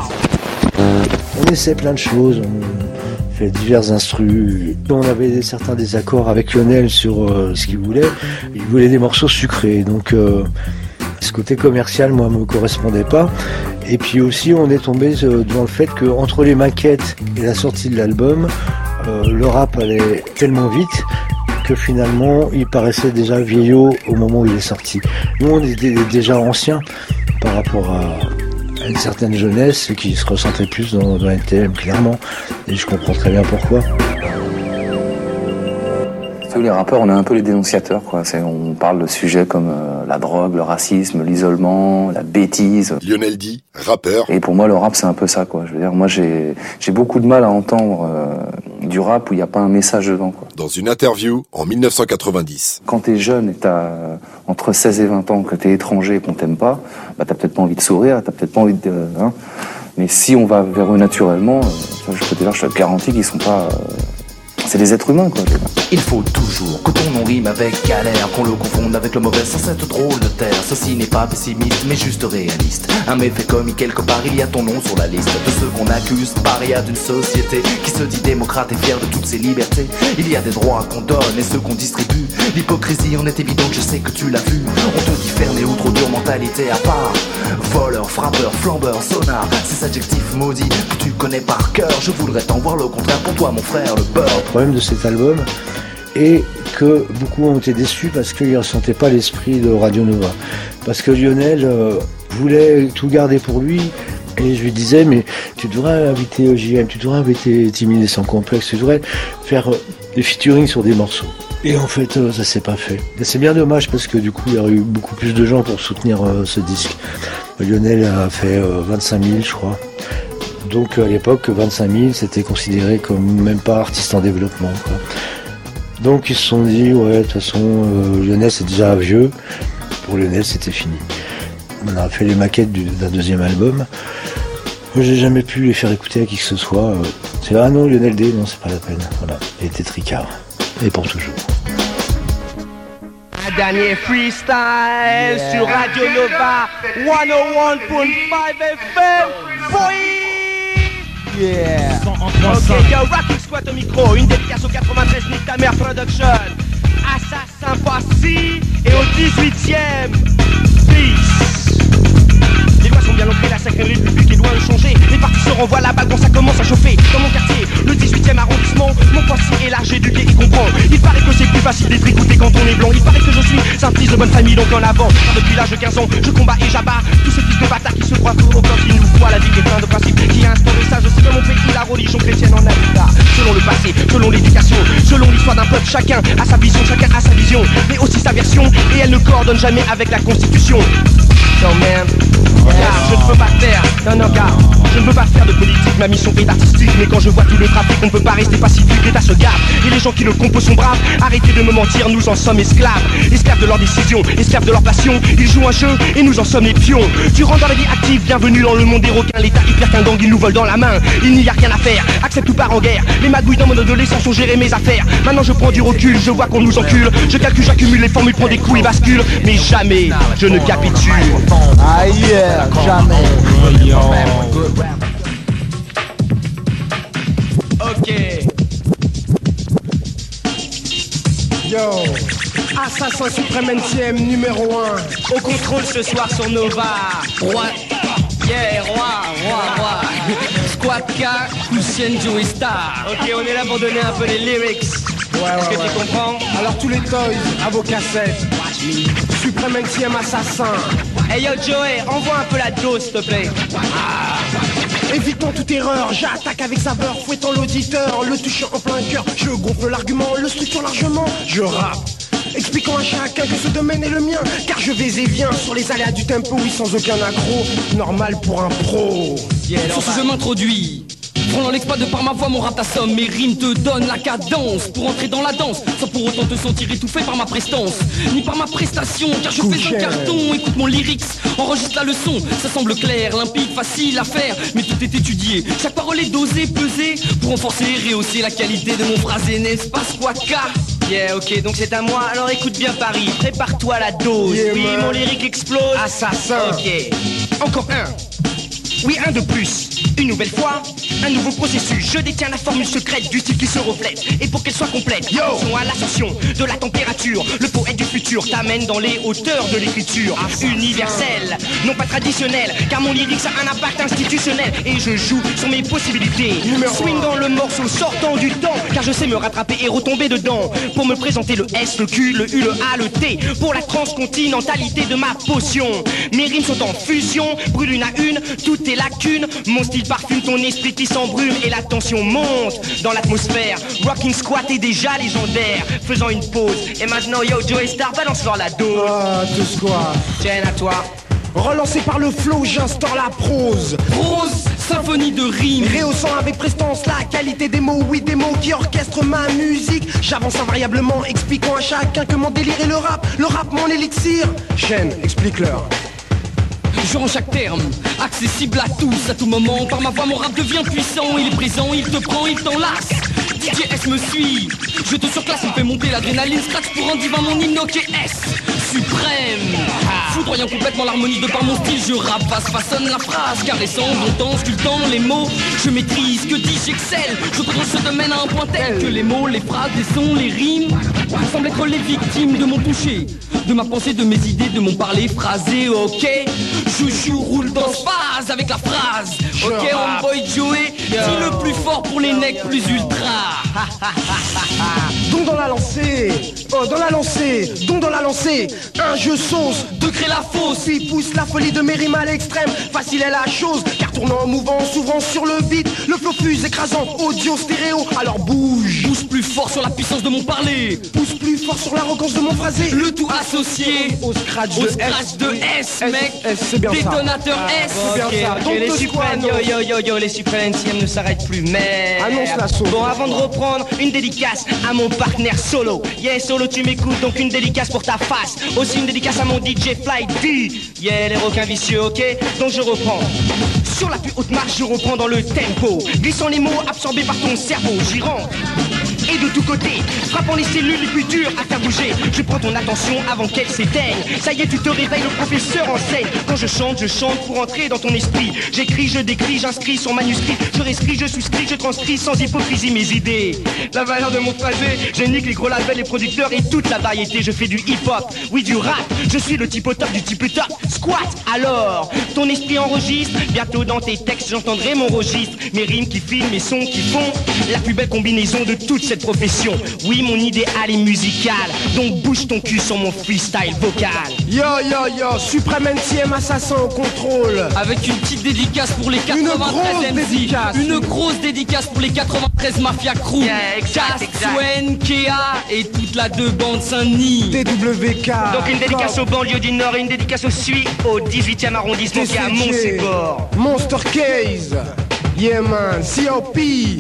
S14: On essaie plein de choses, on fait divers instrus. On avait certains désaccords avec Lionel sur ce qu'il voulait. Il voulait des morceaux sucrés, donc ce côté commercial, moi, me correspondait pas. Et puis aussi, on est tombé dans le fait qu'entre les maquettes et la sortie de l'album, le rap allait tellement vite que finalement, il paraissait déjà vieillot au moment où il est sorti. Nous, on était déjà anciens par rapport à une certaine jeunesse qui se ressentait plus dans NTM, clairement. Et je comprends très bien pourquoi.
S17: Les rappeurs, on est un peu les dénonciateurs, quoi. On parle de sujets comme la drogue, le racisme, l'isolement, la bêtise.
S21: Lionel D, rappeur.
S17: Et pour moi, le rap, c'est un peu ça, quoi. Je veux dire, moi, j'ai beaucoup de mal à entendre du rap où il n'y a pas un message dedans, quoi.
S21: Dans une interview en 1990.
S17: Quand t'es jeune et t'as entre 16 et 20 ans, que t'es étranger et qu'on t'aime pas, bah t'as peut-être pas envie de sourire, t'as peut-être pas envie de... Mais si on va vers eux naturellement, je te garantis qu'ils sont pas... C'est des êtres humains, quoi.
S18: Il faut toujours que ton nom rime avec galère, qu'on le confonde avec le mauvais sans cette drôle de terre. Ceci n'est pas pessimiste, mais juste réaliste. Un méfait commis quelque part, il y a ton nom sur la liste de ceux qu'on accuse, paria d'une société qui se dit démocrate et fière de toutes ses libertés. Il y a des droits qu'on donne et ceux qu'on distribue. L'hypocrisie en est évidente, je sais que tu l'as vu. On te dit fermé ou trop dur, mentalité à part. Voleur, frappeur, flambeur, sonar, ces adjectifs maudits que tu connais par cœur. Je voudrais t'en voir le contraire pour toi, mon frère, le beurre.
S14: Le problème de cet album est que beaucoup ont été déçus parce qu'ils ne ressentaient pas l'esprit de Radio Nova. Parce que Lionel voulait tout garder pour lui. Et je lui disais, mais tu devrais inviter JM, tu devrais inviter Timide et Sans Complexe, tu devrais faire des featuring sur des morceaux. Et en fait, ça s'est pas fait. Et c'est bien dommage parce que du coup, il y aurait eu beaucoup plus de gens pour soutenir ce disque. Lionel a fait 25 000, je crois. Donc à l'époque, 25 000, c'était considéré comme même pas artiste en développement, quoi. Donc ils se sont dit, ouais, de toute façon, Lionel c'est déjà vieux. Pour Lionel, c'était fini. On a fait les maquettes d'un deuxième album. J'ai jamais pu les faire écouter à qui que ce soit. C'est ah non, Lionel D, non, c'est pas la peine. Voilà, il était tricard. Et pour toujours.
S20: Un dernier freestyle sur Radio Nova 101.5 FM. Boy! Yeah! Ok, yo, Rocking Squat au micro, une dédicace au 93 Nick ta mère Production. Assassin Passy et au 18ème. Peace! Les lois sont bien ancrées, la sacrée république est loin de changer. Les partis se renvoient là-bas, bon ça commence à chauffer. Dans mon quartier, le 18ème arrondissement, mon poisson est large, éduqué et comprend. Il paraît que c'est plus facile d'être écouté quand on est blanc. Il paraît que je suis un fils de bonne famille, donc en avant. Car depuis l'âge de 15 ans, je combats et j'abats tous ces fils de bâtards qui se croient au corps qui nous voient. La vie est plein de principes qui a instauré ça. Je sais que mon pays, la religion chrétienne en a là. Selon le passé, selon l'éducation, selon l'histoire d'un peuple, chacun a sa vision, chacun a sa vision, mais aussi sa version, et elle ne coordonne jamais avec la constitution. Non man, car je ne peux pas faire, car je ne veux pas faire de politique, ma mission est artistique. Mais quand je vois tout le trafic, on ne peut pas rester pacifique, l'État se garde, et les gens qui le composent sont braves. Arrêtez de me mentir, nous en sommes esclaves. Esclaves de leurs décisions, esclaves de leur passion. Ils jouent un jeu, et nous en sommes les pions. Tu rentres dans la vie active, bienvenue dans le monde des requins. L'État est pire qu'un gang, ils nous volent dans la main. Il n'y a rien à faire, accepte ou part en guerre. Les magouilles dans mon adolescence ont géré mes affaires. Maintenant je prends du recul, je vois qu'on nous encule. Je calcule, j'accumule les formules, prends des coups et bascule. Mais jamais, je ne capitule.
S1: Aïe, jamais.
S20: Ok.
S6: Yo, Assassin Suprême NTM numéro 1.
S20: Au contrôle ce soir sur Nova. Roi. Yeah, roi. Squad K, Lucien Joey Star. Ok, on est là pour donner un peu les lyrics. Est-ce que tu comprends?
S6: Alors tous les toys à vos cassettes. Suprême NTM Assassin.
S20: Hey yo Joey, envoie un peu la dose s'il te plaît.
S6: Évitant toute erreur, j'attaque avec saveur, fouettant l'auditeur, le touchant en plein cœur. Je gonfle l'argument, le structure largement, je rappe, expliquant à chacun que ce domaine est le mien. Car je vais et viens sur les aléas du tempo, oui sans aucun accro, normal pour un pro.
S22: Sur ce je m'introduis, prenant l'exploit de par ma voix, mon rap t'assomme. Mes rimes te donnent la cadence pour entrer dans la danse, sans pour autant te sentir étouffé par ma prestance, ni par ma prestation, car je fais un carton. Écoute mon lyrics, enregistre la leçon. Ça semble clair, limpide, facile à faire, mais tout est étudié. Chaque parole est dosée, pesée, pour renforcer et rehausser la qualité de mon phrasé, n'est-ce pas Squad K?
S20: Yeah, ok, donc c'est à moi, alors écoute bien Paris, prépare-toi à la dose. Yeah, oui, mon lyrique explose.
S6: Assassin.
S20: Ok, encore un. Oui, un de plus. Une nouvelle fois, un nouveau processus. Je détiens la formule secrète du style qui se reflète. Et pour qu'elle soit complète, attention à l'ascension de la température. Le poète du futur t'amène dans les hauteurs de l'écriture universelle, non pas traditionnelle, car mon lyrique a un impact institutionnel. Et je joue sur mes possibilités. Swing dans le morceau, sortant du temps, car je sais me rattraper et retomber dedans. Pour me présenter le S, le Q, le U, le A, le T, pour la transcontinentalité de ma potion. Mes rimes sont en fusion, brûle une à une, tout est lacune. Mon style parfume ton esprit qui s'embrume et la tension monte dans l'atmosphère. Rocking Squat est déjà légendaire. Faisant une pause. Et maintenant, yo, Joey Star, balance-leur la dose.
S6: Ah, tout squat.
S20: Tiens, à toi.
S6: Relancé par le flow, j'instaure la prose.
S22: Prose, symphonie de rimes.
S6: Rehaussant avec prestance la qualité des mots, oui, des mots qui orchestrent ma musique. J'avance invariablement, expliquant à chacun que mon délire est le rap mon élixir. Chaîne, explique-leur.
S22: Je rends chaque terme accessible à tous, à tout moment. Par ma voix mon rap devient puissant. Il est présent, il te prend, il t'enlace. DJ S me suit, je te surclasse, il me fait monter l'adrénaline. Scratch pour un divin, mon hymne, ok S suprême. Foudroyant complètement l'harmonie de par mon style. Je rappe, façonne la phrase, caressant, montant, sculptant les mots. Je maîtrise, que dis-je, j'excelle. Je contrôle ce domaine à un point tel que les mots, les phrases, les sons, les rimes semblent être les victimes de mon toucher, de ma pensée, de mes idées, de mon parler phrasé, ok. Je roule dans phase avec la phrase. Ok, homeboy Joey, dis le plus fort pour les necks plus ultra.
S6: Donc dans la lancée, dans la lancée, donc dans la lancée, un jeu sauce,
S22: deux crée la fausse,
S6: puis pousse la folie de mes rimes à l'extrême. Facile est la chose, car tournant, mouvant, s'ouvrant sur le beat, le flow fuse écrasant, audio stéréo, alors bouge.
S22: Pousse plus fort sur la puissance de mon parler,
S6: pousse plus fort sur l'arrogance de mon phrasé.
S22: Le tout associé
S6: au scratch
S22: de S, mec.
S6: C'est bien
S22: détonateur
S6: ça.
S22: S.
S6: C'est bien ça.
S20: Donc les suprêmes, yo, les suprêmes NTM ne s'arrêtent plus, mais
S6: annonce la sauce.
S20: Bon, avant de reprendre, une dédicace à mon partenaire Solo. Yeah, Solo, tu m'écoutes, donc une dédicace pour ta face. Aussi une dédicace à mon DJ Fly D. Yeah, les requins vicieux, ok. Donc je reprends. Sur la plus haute marche, je reprends dans le tempo, glissant les mots absorbés par ton cerveau. J'y rentre. Et de tous côtés, frappant les cellules les plus dures à faire bouger. Je prends ton attention avant qu'elle s'éteigne. Ça y est, tu te réveilles, le professeur enseigne. Quand je chante pour entrer dans ton esprit. J'écris, je décris, j'inscris sur manuscrit. Je rescris, je souscris, je transcris sans hypocrisie mes idées. La valeur de mon phrasé, je nique les gros labels, les producteurs et toute la variété. Je fais du hip-hop, oui du rap. Je suis le type au top du type top. Squat, alors, ton esprit enregistre. Bientôt dans tes textes, j'entendrai mon registre. Mes rimes qui filment, mes sons qui font la plus belle combinaison de toute cette prophétie. profession. Oui, mon idéal est musical, donc bouge ton cul sur mon freestyle vocal.
S3: Yo yo yo, Supreme NTM assassin au contrôle.
S22: Avec une petite dédicace pour les 93 MC. Une grosse dédicace pour les 93 Mafia Crew. Cast, Swen, Kea et toute la deux bande Saint-Denis.
S3: TWK.
S20: Donc une dédicace aux banlieues du Nord et une dédicace aussi au 18e arrondissement qui est à Montségur.
S3: Monster Case. Yeah man, COP.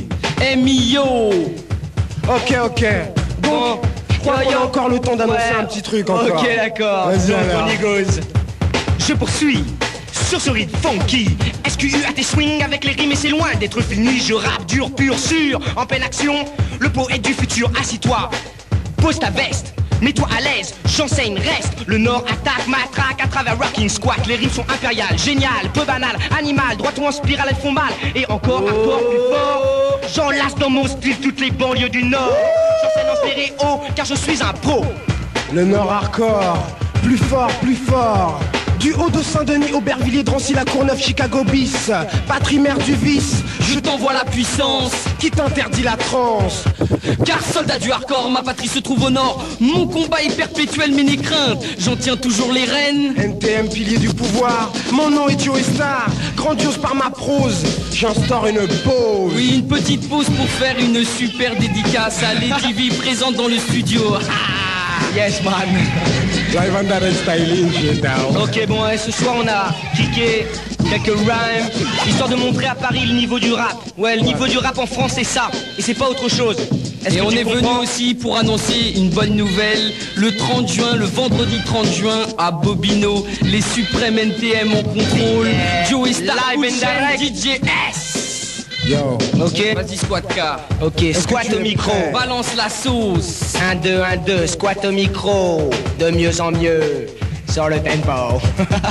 S22: MIO.
S3: Ok. Donc, je crois qu'on a encore le temps d'annoncer un petit truc encore.
S20: Ok, d'accord.
S3: Vas-y,
S20: on y goes. Je poursuis sur ce rythme funky. SQUAT swing avec les rimes et c'est loin d'être fini. Je rappe dur, pur, sûr, en pleine action. Le poète du futur, assis-toi, pose ta veste. Mets-toi à l'aise, j'enseigne, reste. Le Nord attaque, matraque à travers Rocking Squat. Les rimes sont impériales, géniales, peu banales. Animal, droit ou en spirale, elles font mal. Et encore, hardcore, plus fort. J'enlace dans mon style toutes les banlieues du Nord. J'enseigne en stéréo, car je suis un pro.
S3: Le Nord hardcore, plus fort. Du haut de Saint-Denis, Aubervilliers, Drancy, La Courneuve, Chicago bis. Patrie mère du vice,
S22: je t'envoie la puissance
S3: qui t'interdit la transe.
S22: Car soldat du hardcore, ma patrie se trouve au nord. Mon combat est perpétuel mais n'aie crainte, j'en tiens toujours les rênes.
S3: NTM, pilier du pouvoir, mon nom est Joe Star. Grandiose par ma prose, j'instaure une pause.
S22: Oui, une petite pause pour faire une super dédicace à Lady V présente dans le studio.
S20: Yes man.
S3: Live and direct styling, shit now.
S20: Ok bon, ce soir on a kické quelques rhymes, histoire de montrer à Paris le niveau du rap. Ouais, le niveau du rap en France c'est ça, et c'est pas autre chose.
S22: Et on est venu aussi pour annoncer une bonne nouvelle. Le 30 juin, le vendredi 30 juin à Bobino, les Suprêmes NTM en contrôle. Joe Star,
S20: live and direct,
S22: DJ S.
S3: Yo.
S20: Ok.
S22: Vas-y, squat K.
S20: Ok, squat au micro.
S22: Balance la sauce.
S20: 1, 2, 1, 2, squat au micro. De mieux en mieux. Sur le tempo.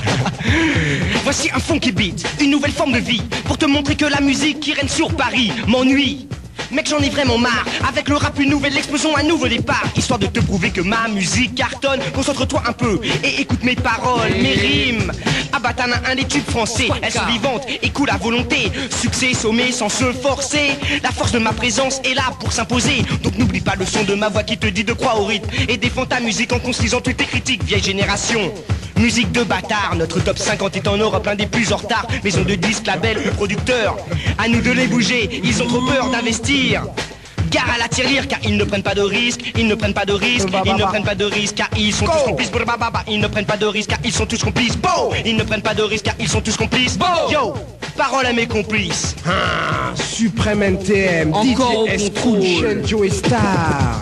S20: Voici un funky beat, une nouvelle forme de vie. Pour te montrer que la musique qui règne sur Paris m'ennuie. Mec, j'en ai vraiment marre. Avec le rap, une nouvelle explosion, un nouveau départ. Histoire de te prouver que ma musique cartonne. Concentre-toi un peu et écoute mes paroles, mes rimes. Abatana, un des tubes français. Elles sont vivantes et coulent à volonté. Succès, sommet sans se forcer. La force de ma présence est là pour s'imposer. Donc n'oublie pas le son de ma voix qui te dit de croire au rythme. Et défends ta musique en construisant toutes tes critiques, vieille génération. Musique de bâtard, notre top 50 est en Europe, l'un des plus en retard. Maison de disques, label ou producteur. À nous de les bouger, ils ont trop peur d'investir. Gare à la tirelire car ils ne prennent pas de risques, ils ne prennent pas de risques, ils ne prennent pas de risques car ils sont tous complices. Ils ne prennent pas de risques car ils sont tous complices. Ils ne prennent pas de risques car ils sont tous complices. Yo, parole à mes complices.
S3: Suprême NTM,
S22: encore
S3: DJ S, Cool Chain, Joe Star.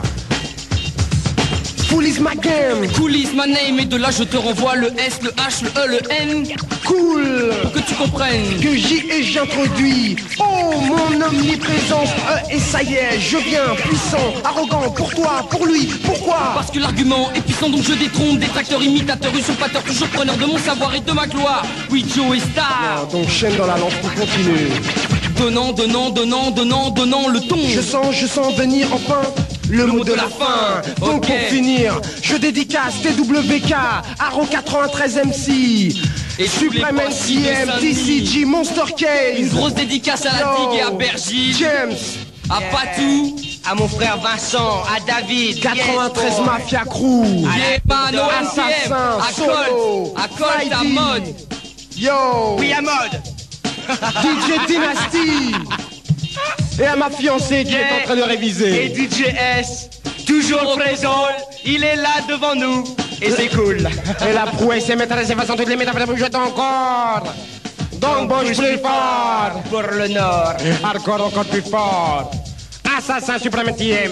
S3: Cool is my game.
S22: Cool is my name. Et de là je te renvoie le S, le H, le E, le N.
S3: Cool.
S22: Pour que tu comprennes
S3: que J et j'introduis. Oh mon omniprésence. Et ça y est, je viens puissant, arrogant pour toi, pour lui. Pourquoi?
S22: Parce que l'argument est puissant donc je détrompe. Détracteur, imitateur, usurpateur, toujours preneur de mon savoir et de ma gloire. Oui, Joe Star.
S3: Donc chaîne dans la lance pour continuer.
S22: Donnant le ton.
S3: Je sens venir enfin le mot de la fin. Donc pour finir, je dédicace TWK, Aro 93 MC
S22: et
S3: Supreme NTM, TCG, Monster Case.
S22: Une grosse dédicace à la Digue et à Bergy,
S3: James,
S22: à Patou,
S20: à mon frère Vincent, à David,
S3: 93 Mafia Crew,
S22: Assassin, à Colt, à Mode.
S3: Yo,
S20: oui à Mode.
S3: DJ Dynasty. Et à ma fiancée qui est en train de réviser.
S20: Et DJ S, toujours présent, il est là devant nous. Et c'est cool.
S3: Et la prouesse est maîtresse et façon toutes les métaphores bouger encore. Donc bouge plus fort.
S20: Pour le Nord.
S3: Encore plus fort. Assassin Supreme NTM.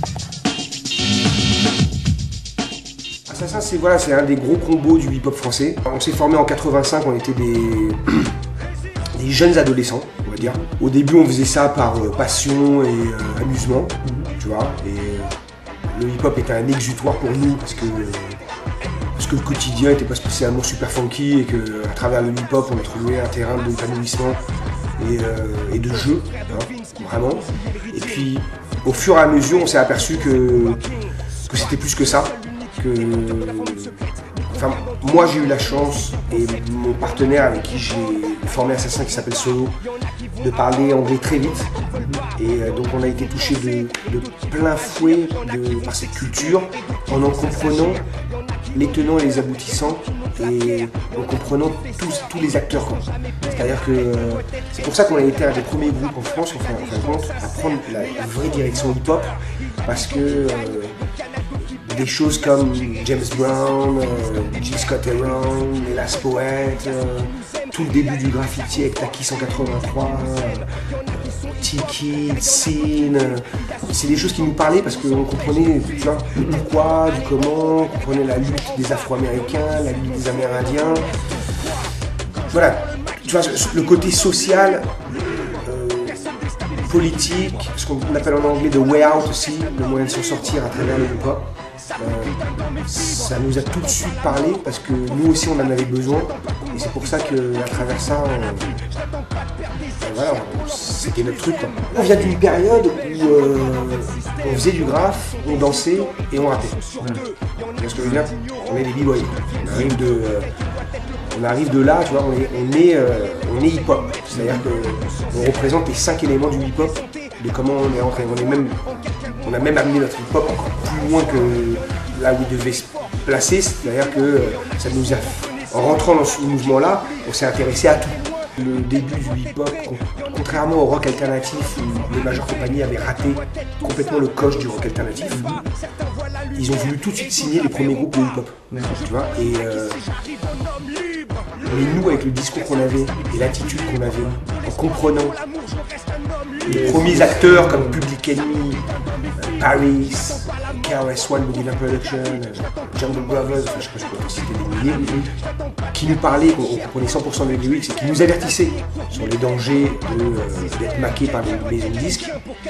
S4: Assassin, c'est un des gros combos du hip-hop français. On s'est formé en 85, on était des jeunes adolescents, on va dire. Au début, on faisait ça par passion et amusement, tu vois. Et le hip-hop était un exutoire pour nous parce que le quotidien n'était pas spécialement super funky et qu'à travers le hip-hop, on a trouvé un terrain d'épanouissement et de jeu, hein, vraiment. Et puis, au fur et à mesure, on s'est aperçu que c'était plus que ça. Enfin, moi j'ai eu la chance, et mon partenaire avec qui j'ai formé Assassin qui s'appelle Solo, de parler anglais très vite. Et donc on a été touché de plein fouet par cette culture en comprenant les tenants et les aboutissants et en comprenant tous les acteurs. C'est-à-dire que c'est pour ça qu'on a été un des premiers groupes en France, en fin de compte, à prendre la vraie direction hip-hop, parce que des choses comme James Brown, G. Scott Heron, Les Last Poets, tout le début du graffiti avec Taki 183, Tiki, Scene, c'est des choses qui nous parlaient parce qu'on comprenait, tu vois, le pourquoi, du comment, on comprenait la lutte des Afro-Américains, la lutte des Amérindiens. Voilà, tu vois, le côté social, politique, ce qu'on appelle en anglais the way out aussi, le moyen de s'en sortir à travers le hip-hop. Ça nous a tout de suite parlé parce que nous aussi on en avait besoin et c'est pour ça qu'à travers ça voilà, c'était notre truc quoi. On vient d'une période où on faisait du graphe, on dansait et on rappait. Tu vois ce que je veux dire? On est des b-boys, on arrive de là, tu vois, on est hip-hop, c'est-à-dire qu'on représente les 5 éléments du hip-hop, de comment on est rentré. On a même amené notre hip-hop encore plus loin que là où il devait se placer, c'est-à-dire que ça nous a, en rentrant dans ce mouvement-là, on s'est intéressé à tout. Le début du hip-hop, contrairement au rock alternatif où les majeures compagnies avaient raté complètement le coche du rock alternatif, ils ont voulu tout de suite signer les premiers groupes de hip-hop, tu vois, mais nous, avec le discours qu'on avait et l'attitude qu'on avait, en comprenant les premiers acteurs comme Public Enemy, Paris, KRS-One, Boogie Production, Jungle Brothers, je crois que je peux citer des milliers, qui nous parlaient, on comprenait 100% des lyrics et qui nous avertissaient sur les dangers d'être maqués par les maisons de disques.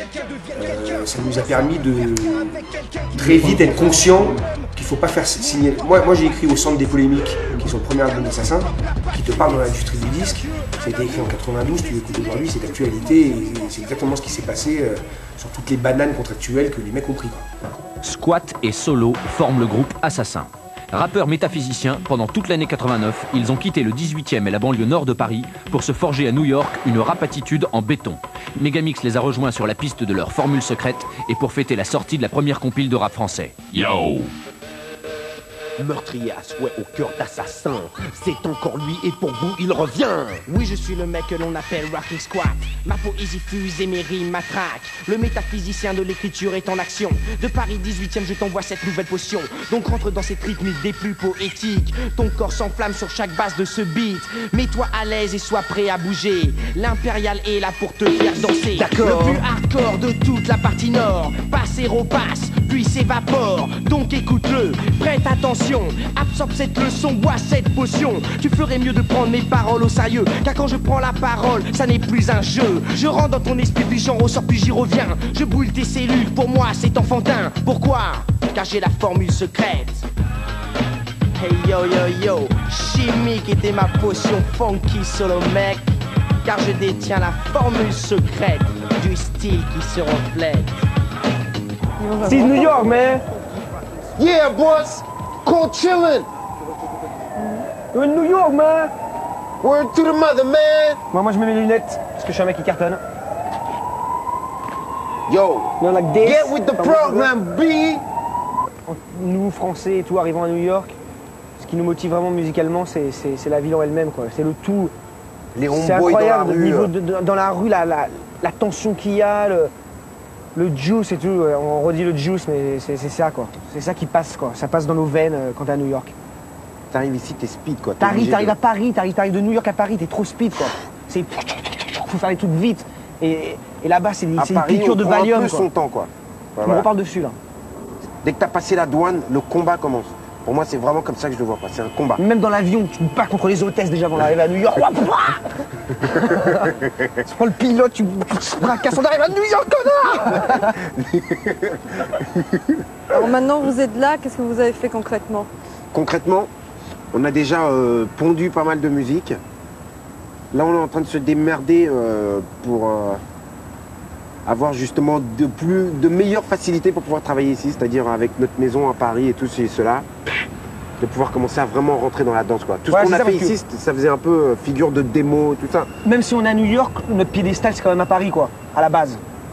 S4: Ça nous a permis de très vite être conscients qu'il ne faut pas faire signer. Moi j'ai écrit au Centre des Polémiques, qui est son premier album d'Assassin, qui te parle de l'industrie du disque. Ça a été écrit en 92, tu l'écoutes aujourd'hui, c'est d'actualité et c'est exactement ce qui s'est passé sur toutes les bananes contractuelles que les mecs ont pris.
S5: Squat et Solo forment le groupe Assassin. Rappeurs métaphysiciens, pendant toute l'année 89, ils ont quitté le 18e et la banlieue nord de Paris pour se forger à New York une rap attitude en béton. Megamix les a rejoints sur la piste de leur formule secrète et pour fêter la sortie de la première compile de rap français. Yo!
S7: Meurtrier à souhait au cœur d'assassin, c'est encore lui et pour vous il revient.
S20: Oui, je suis le mec que l'on appelle Rocking Squat. Ma poésie fuse et mes rimes m'attraquent. Le métaphysicien de l'écriture est en action. De Paris 18e, je t'envoie cette nouvelle potion. Donc rentre dans cette rythmique des plus poétiques. Ton corps s'enflamme sur chaque base de ce beat. Mets-toi à l'aise et sois prêt à bouger. L'impérial est là pour te faire danser.
S7: D'accord.
S20: Le plus hardcore de toute la partie nord. Passe et repasse, puis s'évapore. Donc écoute-le, prête attention. Absorbe cette leçon, bois cette potion. Tu ferais mieux de prendre mes paroles au sérieux, car quand je prends la parole, ça n'est plus un jeu. Je rentre dans ton esprit, puis j'en ressors, puis j'y reviens. Je brûle tes cellules, pour moi c'est enfantin. Pourquoi? Car j'ai la formule secrète. Hey yo yo yo, chimique était ma potion funky solo mec. Car je détiens la formule secrète du style qui se reflète.
S7: C'est New York, man. Yeah, boss. Cold chillin'. We're in New York, man. Word to the mother, man. Moi je mets mes lunettes parce que je suis un mec qui cartonne. Yo, like this, get with the program, B. Nous, Français et tout, arrivant à New York, ce qui nous motive vraiment musicalement, c'est la ville en elle-même, quoi. C'est le tout. Les
S20: c'est incroyable, dans la rue, la tension qu'il y a, le juice et tout, on redit le juice, mais c'est ça quoi. C'est ça qui passe quoi. Ça passe dans nos veines quand t'es à New York.
S7: T'arrives ici, t'es speed quoi.
S20: T'arrives à Paris, t'arrives de New York à Paris, t'es trop speed quoi. C'est faut faire les trucs vite. Et là-bas c'est une piqûre de Valium quoi.
S7: Son temps quoi.
S20: On me reparle dessus là.
S7: Dès que t'as passé la douane, le combat commence. Pour moi, c'est vraiment comme ça que je le vois, c'est un combat.
S20: Même dans l'avion, tu te bats contre les hôtesses déjà avant d'arriver à New York. Tu prends le pilote, tu fracasses, on arrive à New York, connard.
S23: Alors maintenant, vous êtes là, qu'est-ce que vous avez fait concrètement?
S7: Concrètement, on a déjà pondu pas mal de musique. Là, on est en train de se démerder pour avoir justement de meilleures facilités pour pouvoir travailler ici, c'est-à-dire avec notre maison à Paris et tout cela, de pouvoir commencer à vraiment rentrer dans la danse quoi. Tout ce qu'on a fait ici, ça faisait un peu figure de démo, tout ça.
S20: Même si on est à New York, notre piédestal c'est quand même à Paris quoi, à la base.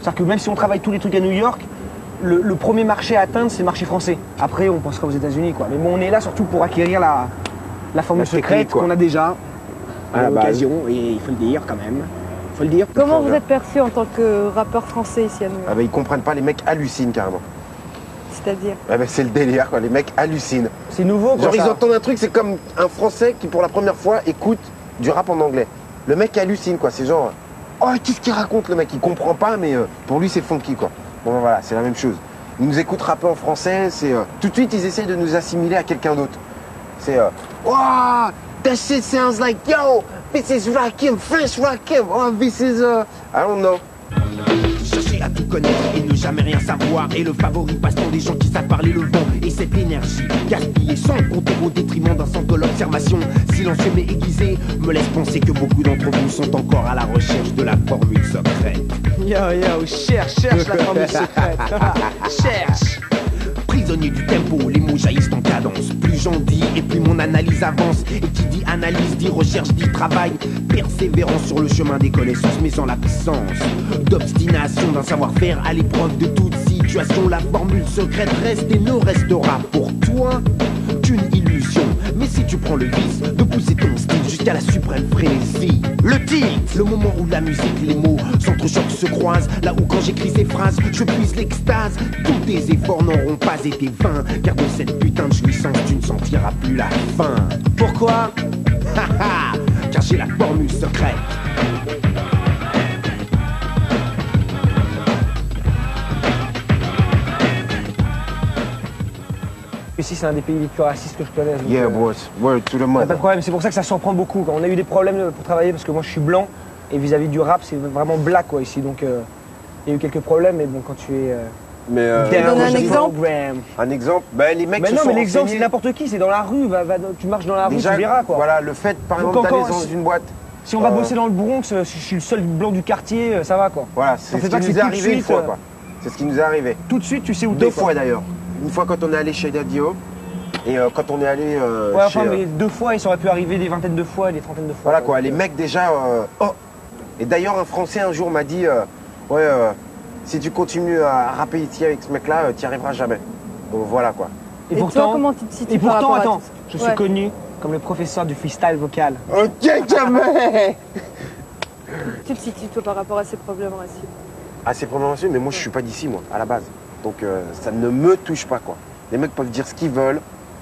S4: C'est-à-dire que même si on travaille tous les trucs à New York, le premier marché à atteindre, c'est le marché français. Après, on pensera aux États-Unis, quoi. Mais bon, on est là surtout pour acquérir la formule secrète qu'on a déjà à l'occasion, et il faut le dire quand même. Faut le dire.
S23: Comment vous êtes perçu en tant que rappeur français ici à New York?
S7: Ah bah, ils comprennent pas, les mecs hallucinent carrément.
S23: C'est-à-dire?
S7: Ah bah, c'est le délire, quoi. Les mecs hallucinent.
S4: C'est nouveau, quoi.
S7: Genre, ils entendent un truc, c'est comme un Français qui, pour la première fois, écoute du rap en anglais. Le mec hallucine, quoi. C'est genre, oh, qu'est-ce qu'il raconte, le mec? Il comprend pas, mais pour lui, c'est funky, quoi. Bon, voilà, c'est la même chose. Ils nous écoutent rapper en français, c'est tout de suite, ils essayent de nous assimiler à quelqu'un d'autre. C'est, oh, that shit sounds like, yo, this is Rakim, French Rakim, oh, this is, I don't know.
S3: Chercher à tout connaître et ne jamais rien savoir est le favori passe-temps des gens qui savent parler le vent. Et cette énergie gaspillée sans compter au détriment d'un centre de l'observation silencieux mais aiguisé me laisse penser que beaucoup d'entre vous sont encore à la recherche de la formule secrète.
S4: Yo, cherche la formule secrète. Cherche.
S3: Prisonnier du tempo, les mots jaillissent en cadence. Plus j'en dis et plus mon analyse avance. Et qui dit analyse dit recherche dit travail. Persévérant sur le chemin des connaissances, mais sans l'absence d'obstination d'un savoir-faire à l'épreuve de toute situation. La formule secrète reste et ne restera pour toi qu'une illusion. Mais si tu prends le vice de pousser ton style jusqu'à la suprême frénésie, le titre, le moment où la musique, les mots s'entrechoquent, se croisent. Là où quand j'écris ces phrases, je puise l'extase. Tous tes efforts n'auront pas été vains, car de cette putain de jouissance tu ne sentiras plus la fin. Pourquoi? Car j'ai la formule secrète.
S4: Ici, c'est un des pays les plus racistes que je connaisse. Donc,
S7: Yeah, boss. Word to the mother.
S4: Pas de problème, c'est pour ça que ça surprend beaucoup. On a eu des problèmes pour travailler parce que moi je suis blanc et vis-à-vis du rap, c'est vraiment black quoi ici. Donc il y a eu quelques problèmes, mais bon, quand tu es.
S7: Mais
S23: donne un exemple.
S7: Un exemple, ben les mecs.
S4: Mais
S7: se
S4: non,
S7: sont
S4: mais l'exemple
S7: renseignés.
S4: c'est n'importe qui, c'est dans la rue. Tu marches dans la rue,
S7: Déjà,
S4: tu verras quoi.
S7: Voilà, le fait par
S4: Donc,
S7: exemple d'aller
S4: encore,
S7: dans une boîte.
S4: Si on va bosser dans le Bronx, je suis le seul blanc du quartier, ça va quoi.
S7: Voilà, c'est ce qui nous est arrivé une fois quoi. C'est ce qui nous est arrivé.
S4: Tout de suite, tu sais où t'es.
S7: Deux fois d'ailleurs. Une fois quand on est allé chez Daddio et quand on est allé
S4: ouais,
S7: chez.
S4: enfin, mais 2 fois, ça aurait pu arriver des vingtaines de fois, des trentaines de fois.
S7: Voilà quoi, les mecs déjà. Oh. Et d'ailleurs, un Français un jour m'a dit, ouais, si tu continues à rapper ici avec ce mec-là, tu n'y arriveras jamais. Donc voilà quoi.
S23: Et pourtant, toi, comment tu te situes par rapport à tout ça?
S4: Je suis connu comme le professeur du freestyle vocal.
S7: Ok, jamais.
S23: Tu te situes toi par rapport à ces problèmes raciaux?
S7: À ces problèmes raciaux, mais moi je suis pas d'ici moi, à la base. Donc ça ne me touche pas quoi. Les mecs peuvent dire ce qu'ils veulent.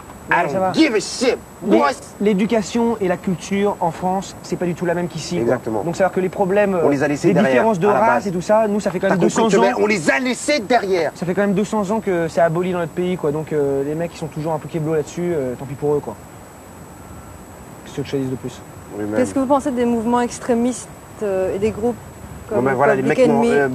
S7: I don't give a shit.
S4: L'éducation et la culture en France, c'est pas du tout la même qu'ici.
S7: Exactement.
S4: Donc c'est-à-dire que les problèmes,
S7: on les a laissés
S4: les
S7: derrière,
S4: différences de race et tout ça, nous ça fait quand même 200 ans.
S7: On les a laissés derrière.
S4: Ça fait quand même 200 ans que c'est aboli dans notre pays quoi. Donc les mecs ils sont toujours un peu keblo là-dessus, tant pis pour eux quoi. Qu'est-ce que je te dise de plus?
S23: Qu'est-ce que vous pensez des mouvements extrémistes et des groupes comme
S7: voilà, les mecs
S23: et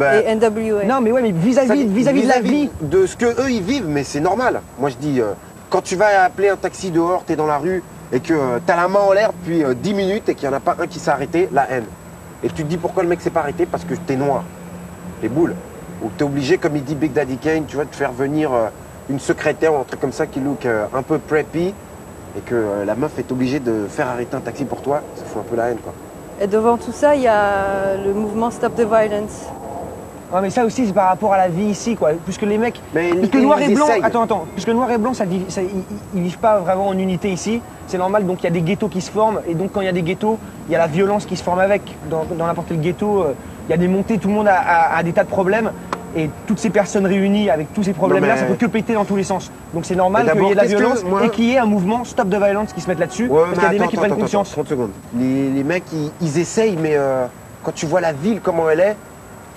S23: NWA?
S4: Non mais ouais, mais vis-à-vis de la vie,
S7: de ce que eux ils vivent, mais c'est normal. Moi je dis, quand tu vas appeler un taxi dehors, t'es dans la rue et que t'as la main en l'air depuis 10 minutes et qu'il n'y en a pas un qui s'est arrêté, la haine. Et tu te dis pourquoi le mec s'est pas arrêté? Parce que t'es noir. Les boules. Ou t'es obligé, comme il dit Big Daddy Kane, tu vois, de faire venir une secrétaire ou un truc comme ça qui look un peu preppy et que la meuf est obligée de faire arrêter un taxi pour toi, ça fout un peu la haine quoi.
S23: Et devant tout ça, il y a le mouvement Stop the Violence.
S4: Ouais, mais ça aussi c'est par rapport à la vie ici quoi. Puisque les mecs, puisque noir et blanc, attends, puisque noir et blanc ils vivent pas vraiment en unité ici, c'est normal, donc il y a des ghettos qui se forment et donc quand il y a des ghettos, il y a la violence qui se forme avec. Dans n'importe quel ghetto, il y a des montées, tout le monde a des tas de problèmes et toutes ces personnes réunies avec tous ces problèmes-là, ça peut que péter dans tous les sens. Donc c'est normal qu'il y ait de la violence et qu'il y ait un mouvement Stop the Violence qui se mette là-dessus, parce qu'il y a des mecs qui prennent conscience.
S7: 30 secondes. Les mecs ils essayent, mais quand tu vois la ville comment elle est.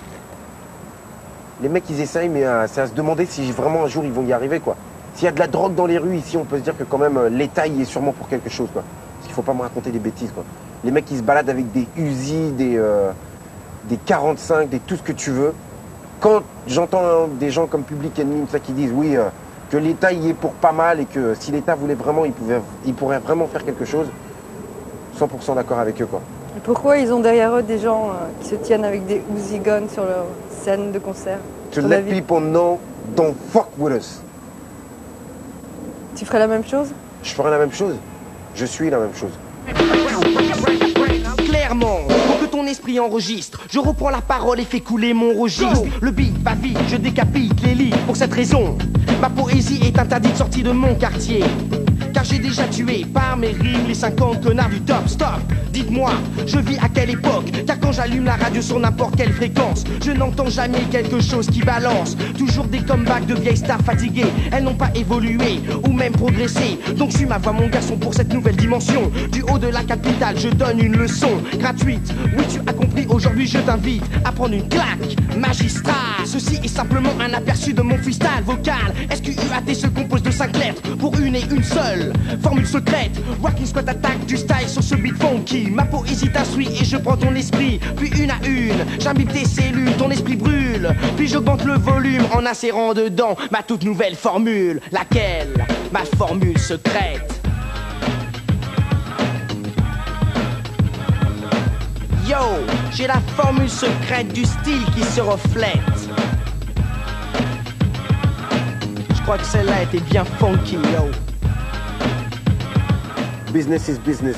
S7: Les mecs ils essayent, mais c'est à se demander si vraiment un jour ils vont y arriver quoi. S'il y a de la drogue dans les rues ici, on peut se dire que quand même l'État y est sûrement pour quelque chose quoi. Parce qu'il faut pas me raconter des bêtises quoi. Les mecs ils se baladent avec des Uzi, des 45, des tout ce que tu veux. Quand j'entends des gens comme Public Enemy ça qui disent oui que l'État y est pour pas mal et que si l'État voulait vraiment, il pourrait vraiment faire quelque chose, 100% d'accord avec eux quoi.
S23: Et pourquoi ils ont derrière eux des gens qui se tiennent avec des Uzi guns sur leur scène de concert?
S7: To let people know, don't fuck with us.
S23: Tu ferais la même chose?
S7: Je ferais la même chose. Je suis la même chose.
S3: Clairement, pour que ton esprit enregistre. Je reprends la parole et fais couler mon registre. Le beat va vite, je décapite les lits. Pour cette raison, ma poésie est interdite sortie de mon quartier. Car j'ai déjà tué par mes rimes les 50 connards du top. Stop, dites-moi, je vis à quelle époque? Car quand j'allume la radio sur n'importe quelle fréquence, je n'entends jamais quelque chose qui balance. Toujours des comebacks de vieilles stars fatiguées. Elles n'ont pas évolué ou même progressé. Donc suis ma voix mon garçon pour cette nouvelle dimension. Du haut de la capitale je donne une leçon gratuite. Oui tu as compris, aujourd'hui je t'invite à prendre une claque magistrale. Ceci est simplement un aperçu de mon freestyle vocal. SQUAT se compose de 5 lettres pour une et une seule formule secrète. Rocking Squat attaque du style sur ce beat funky. Ma poésie t'instruit et je prends ton esprit. Puis une à une, j'imbibe tes cellules, ton esprit brûle. Puis j'augmente le volume en insérant dedans ma toute nouvelle formule. Laquelle? Ma formule secrète. Yo, j'ai la formule secrète du style qui se reflète. Je crois que celle-là était bien funky, yo.
S7: Business is business.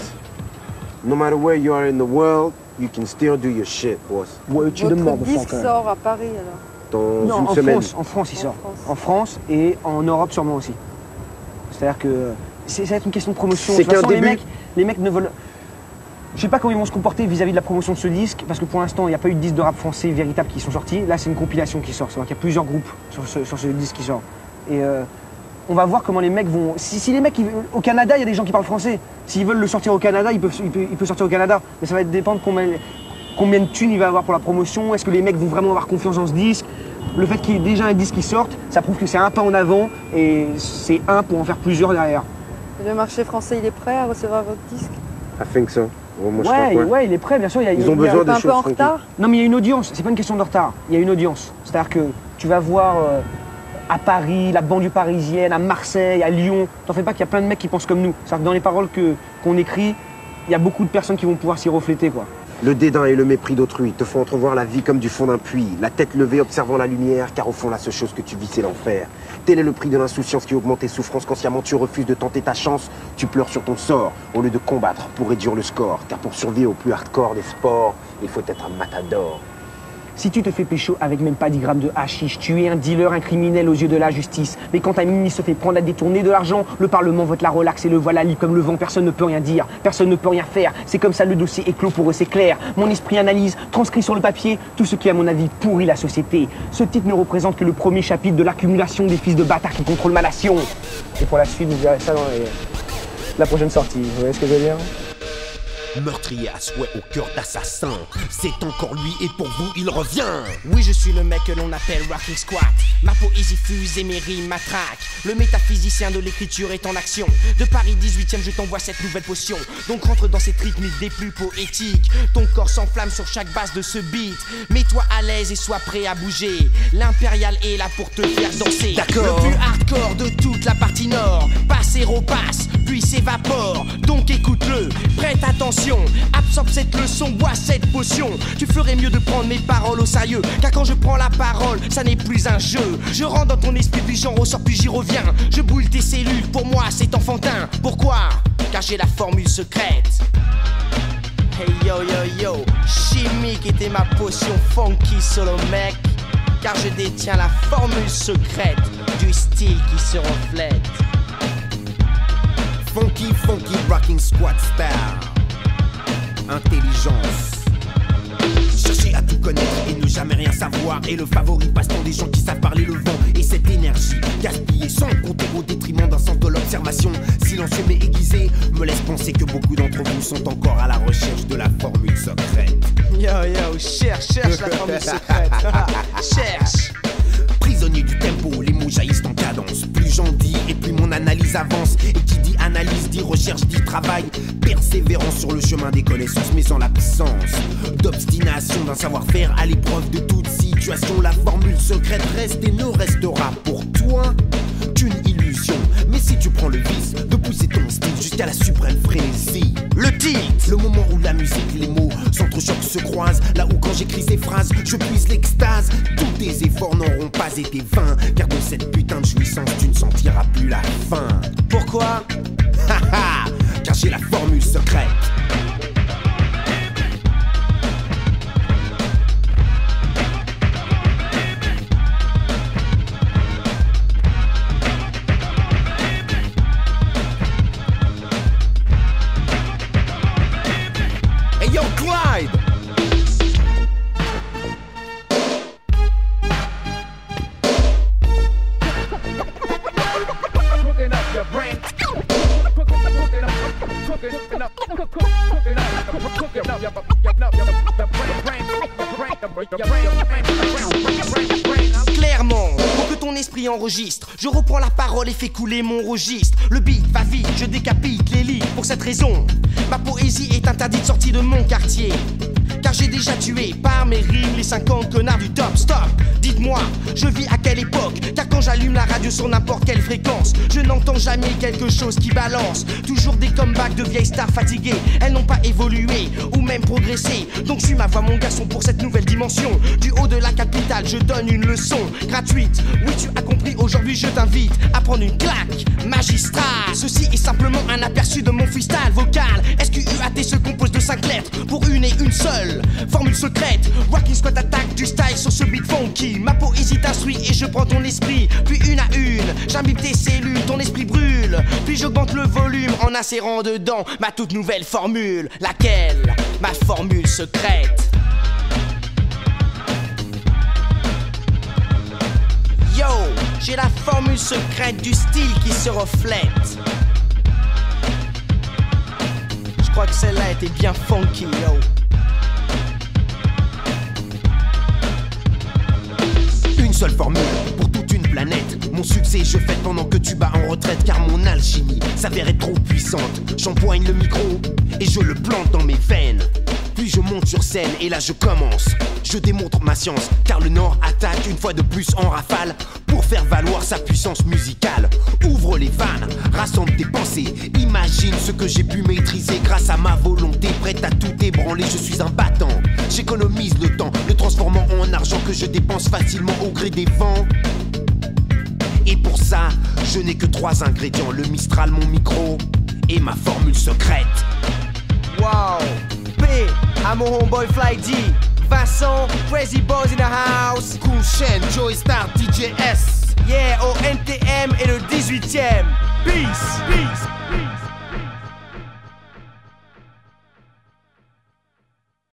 S7: No matter where you are in the world, you can still do your shit, boss.
S23: Votre disque sort à Paris alors?
S7: Dans une semaine.
S8: En France, il sort. En France et en Europe sûrement aussi. C'est-à-dire que ça va être une question de promotion.
S7: C'est qu'un début.
S8: Les mecs ne veulent... Je sais pas comment ils vont se comporter vis-à-vis de la promotion de ce disque, parce que pour l'instant, il n'y a pas eu de disque de rap français véritable qui sont sortis. Là, c'est une compilation qui sort. C'est-à-dire qu'il y a plusieurs groupes sur ce disque qui sort. Et on va voir comment les mecs vont... Si les mecs, au Canada, il y a des gens qui parlent français. S'ils veulent le sortir au Canada, il peut sortir au Canada. Mais ça va dépendre combien de thunes il va avoir pour la promotion. Est-ce que les mecs vont vraiment avoir confiance dans ce disque? Le fait qu'il y ait déjà un disque qui sorte, ça prouve que c'est un pas en avant et c'est un pour en faire plusieurs derrière.
S23: Et le marché français, il est prêt à recevoir votre disque?
S7: I think so. Moi,
S8: ouais, il est prêt, bien sûr.
S7: Ils ont besoin de choses.
S23: Un peu en retard?
S8: Non, mais il y a une audience. C'est pas une question de retard. Il y a une audience. C'est-à-dire que tu vas voir à Paris, la banlieue parisienne, à Marseille, à Lyon. T'en fais pas qu'il y a plein de mecs qui pensent comme nous. C'est-à-dire que dans les paroles qu'on écrit, il y a beaucoup de personnes qui vont pouvoir s'y refléter, quoi.
S7: Le dédain et le mépris d'autrui te font entrevoir la vie comme du fond d'un puits, la tête levée observant la lumière, car au fond la seule chose que tu vis c'est l'enfer. Tel est le prix de l'insouciance qui augmente tes souffrances. Consciemment tu refuses de tenter ta chance, tu pleures sur ton sort, au lieu de combattre pour réduire le score. Car pour survivre au plus hardcore des sports, il faut être un matador.
S8: Si tu te fais pécho avec même pas 10 grammes de hashish, tu es un dealer, un criminel aux yeux de la justice. Mais quand un ministre se fait prendre à détourner de l'argent, le Parlement vote la relaxe et le voilà libre comme le vent. Personne ne peut rien dire, personne ne peut rien faire. C'est comme ça, le dossier est clos, pour eux c'est clair. Mon esprit analyse, transcrit sur le papier, tout ce qui à mon avis pourrit la société. Ce titre ne représente que le premier chapitre de l'accumulation des fils de bâtards qui contrôlent ma nation. Et pour la suite, vous verrez ça dans la prochaine sortie. Vous voyez ce que je veux dire?
S9: Meurtrier à souhait au cœur d'assassin, c'est encore lui et pour vous il revient.
S3: Oui je suis le mec que l'on appelle Rocking Squat. Ma poésie fuse et mes rimes m'attraquent. Le métaphysicien de l'écriture est en action. De Paris 18e je t'envoie cette nouvelle potion. Donc rentre dans cette rythmique des plus poétiques. Ton corps s'enflamme sur chaque base de ce beat. Mets-toi à l'aise et sois prêt à bouger. L'impérial est là pour te faire danser.
S9: D'accord.
S3: Le plus hardcore de toute la partie nord. Passe et repasse, puis s'évapore. Donc écoute-le, prête attention. Absorbe cette leçon, bois cette potion. Tu ferais mieux de prendre mes paroles au sérieux. Car quand je prends la parole, ça n'est plus un jeu. Je rentre dans ton esprit, puis j'en ressors, puis j'y reviens. Je brûle tes cellules, pour moi c'est enfantin. Pourquoi? Car j'ai la formule secrète. Hey yo yo yo, chimique était ma potion funky solo mec. Car je détiens la formule secrète du style qui se reflète.
S9: Funky, funky, Rocking Squat style. Intelligence. Chercher à tout connaître et ne jamais rien savoir est le favori passe-temps des gens qui savent parler le vent. Et cette énergie gaspillée sans compter au détriment d'un sens de l'observation silencieux mais aiguisé me laisse penser que beaucoup d'entre vous sont encore à la recherche de la formule secrète.
S3: Yo yo, cherche la formule secrète. Cherche.
S9: Prisonnier du tempo, les mots jaillissent en cadence. Plus j'en dis et plus mon analyse avance. Et qui dit analyse dit recherche dit travail. Persévérance sur le chemin des connaissances, mais en l'absence d'obstination d'un savoir-faire à l'épreuve de toute situation. La formule secrète reste et ne restera pour toi qu'une illusion. Mais si tu prends le vice de pousser ton style jusqu'à la suprême frénésie. Le titre, le moment où la musique, les mots s'entrechoquent, se croisent. Là où quand j'écris ces phrases, je puise l'extase. Tous tes efforts n'auront pas été vains. Car de cette putain de jouissance, tu ne sentiras plus la fin.
S3: Pourquoi?
S9: Car j'ai la formule secrète.
S20: Clairement, pour que ton esprit enregistre, je reprends la parole et fais couler mon registre. Le beat va vite, je décapite les lits. Pour cette raison, ma poésie est interdite sortie de mon quartier. Car j'ai déjà tué par mes rimes les 50 connards du top. Stop, dites-moi, je vis à quelle époque? Car quand j'allume la radio sur n'importe quelle fréquence, je n'entends jamais quelque chose qui balance. Toujours des comebacks de vieilles stars fatiguées. Elles n'ont pas évolué ou même progressé. Donc suis ma voix mon garçon pour cette nouvelle dimension. Du haut de la capitale je donne une leçon gratuite. Oui tu as compris, aujourd'hui je t'invite à prendre une claque magistrale. Ceci est simplement un aperçu de mon freestyle vocal. SQUAT se compose de 5 lettres pour une et une seule formule secrète. Rocking Squad attaque du style sur ce beat funky. Ma poésie t'instruit et je prends ton esprit. Puis une à une, j'imbibe tes cellules, ton esprit brûle. Puis j'augmente le volume en insérant dedans ma toute nouvelle formule. Laquelle? Ma formule secrète. Yo, j'ai la formule secrète du style qui se reflète. Je crois que celle-là était bien funky, yo. Une seule formule pour toute une planète. Mon succès je fête pendant que tu bats en retraite. Car mon alchimie s'avère être trop puissante. J'empoigne le micro et je le plante dans mes veines. Puis je monte sur scène et là je commence. Je démontre ma science car le Nord attaque une fois de plus en rafale. Pour faire valoir sa puissance musicale. Ouvre les vannes, rassemble tes pensées. Imagine ce que j'ai pu maîtriser grâce à ma volonté. Prête à tout ébranler, je suis un battant. J'économise le temps, le transformant en argent que je dépense facilement au gré des vents. Et pour ça, je n'ai que 3 ingrédients. Le Mistral, mon micro et ma formule secrète. Wow, P à mon homeboy Fly D, Vincent, Crazy Boys in the house, Cool Shen, Joey Star, DJ S. Yeah, au NTM et le 18ème. Peace, peace, peace.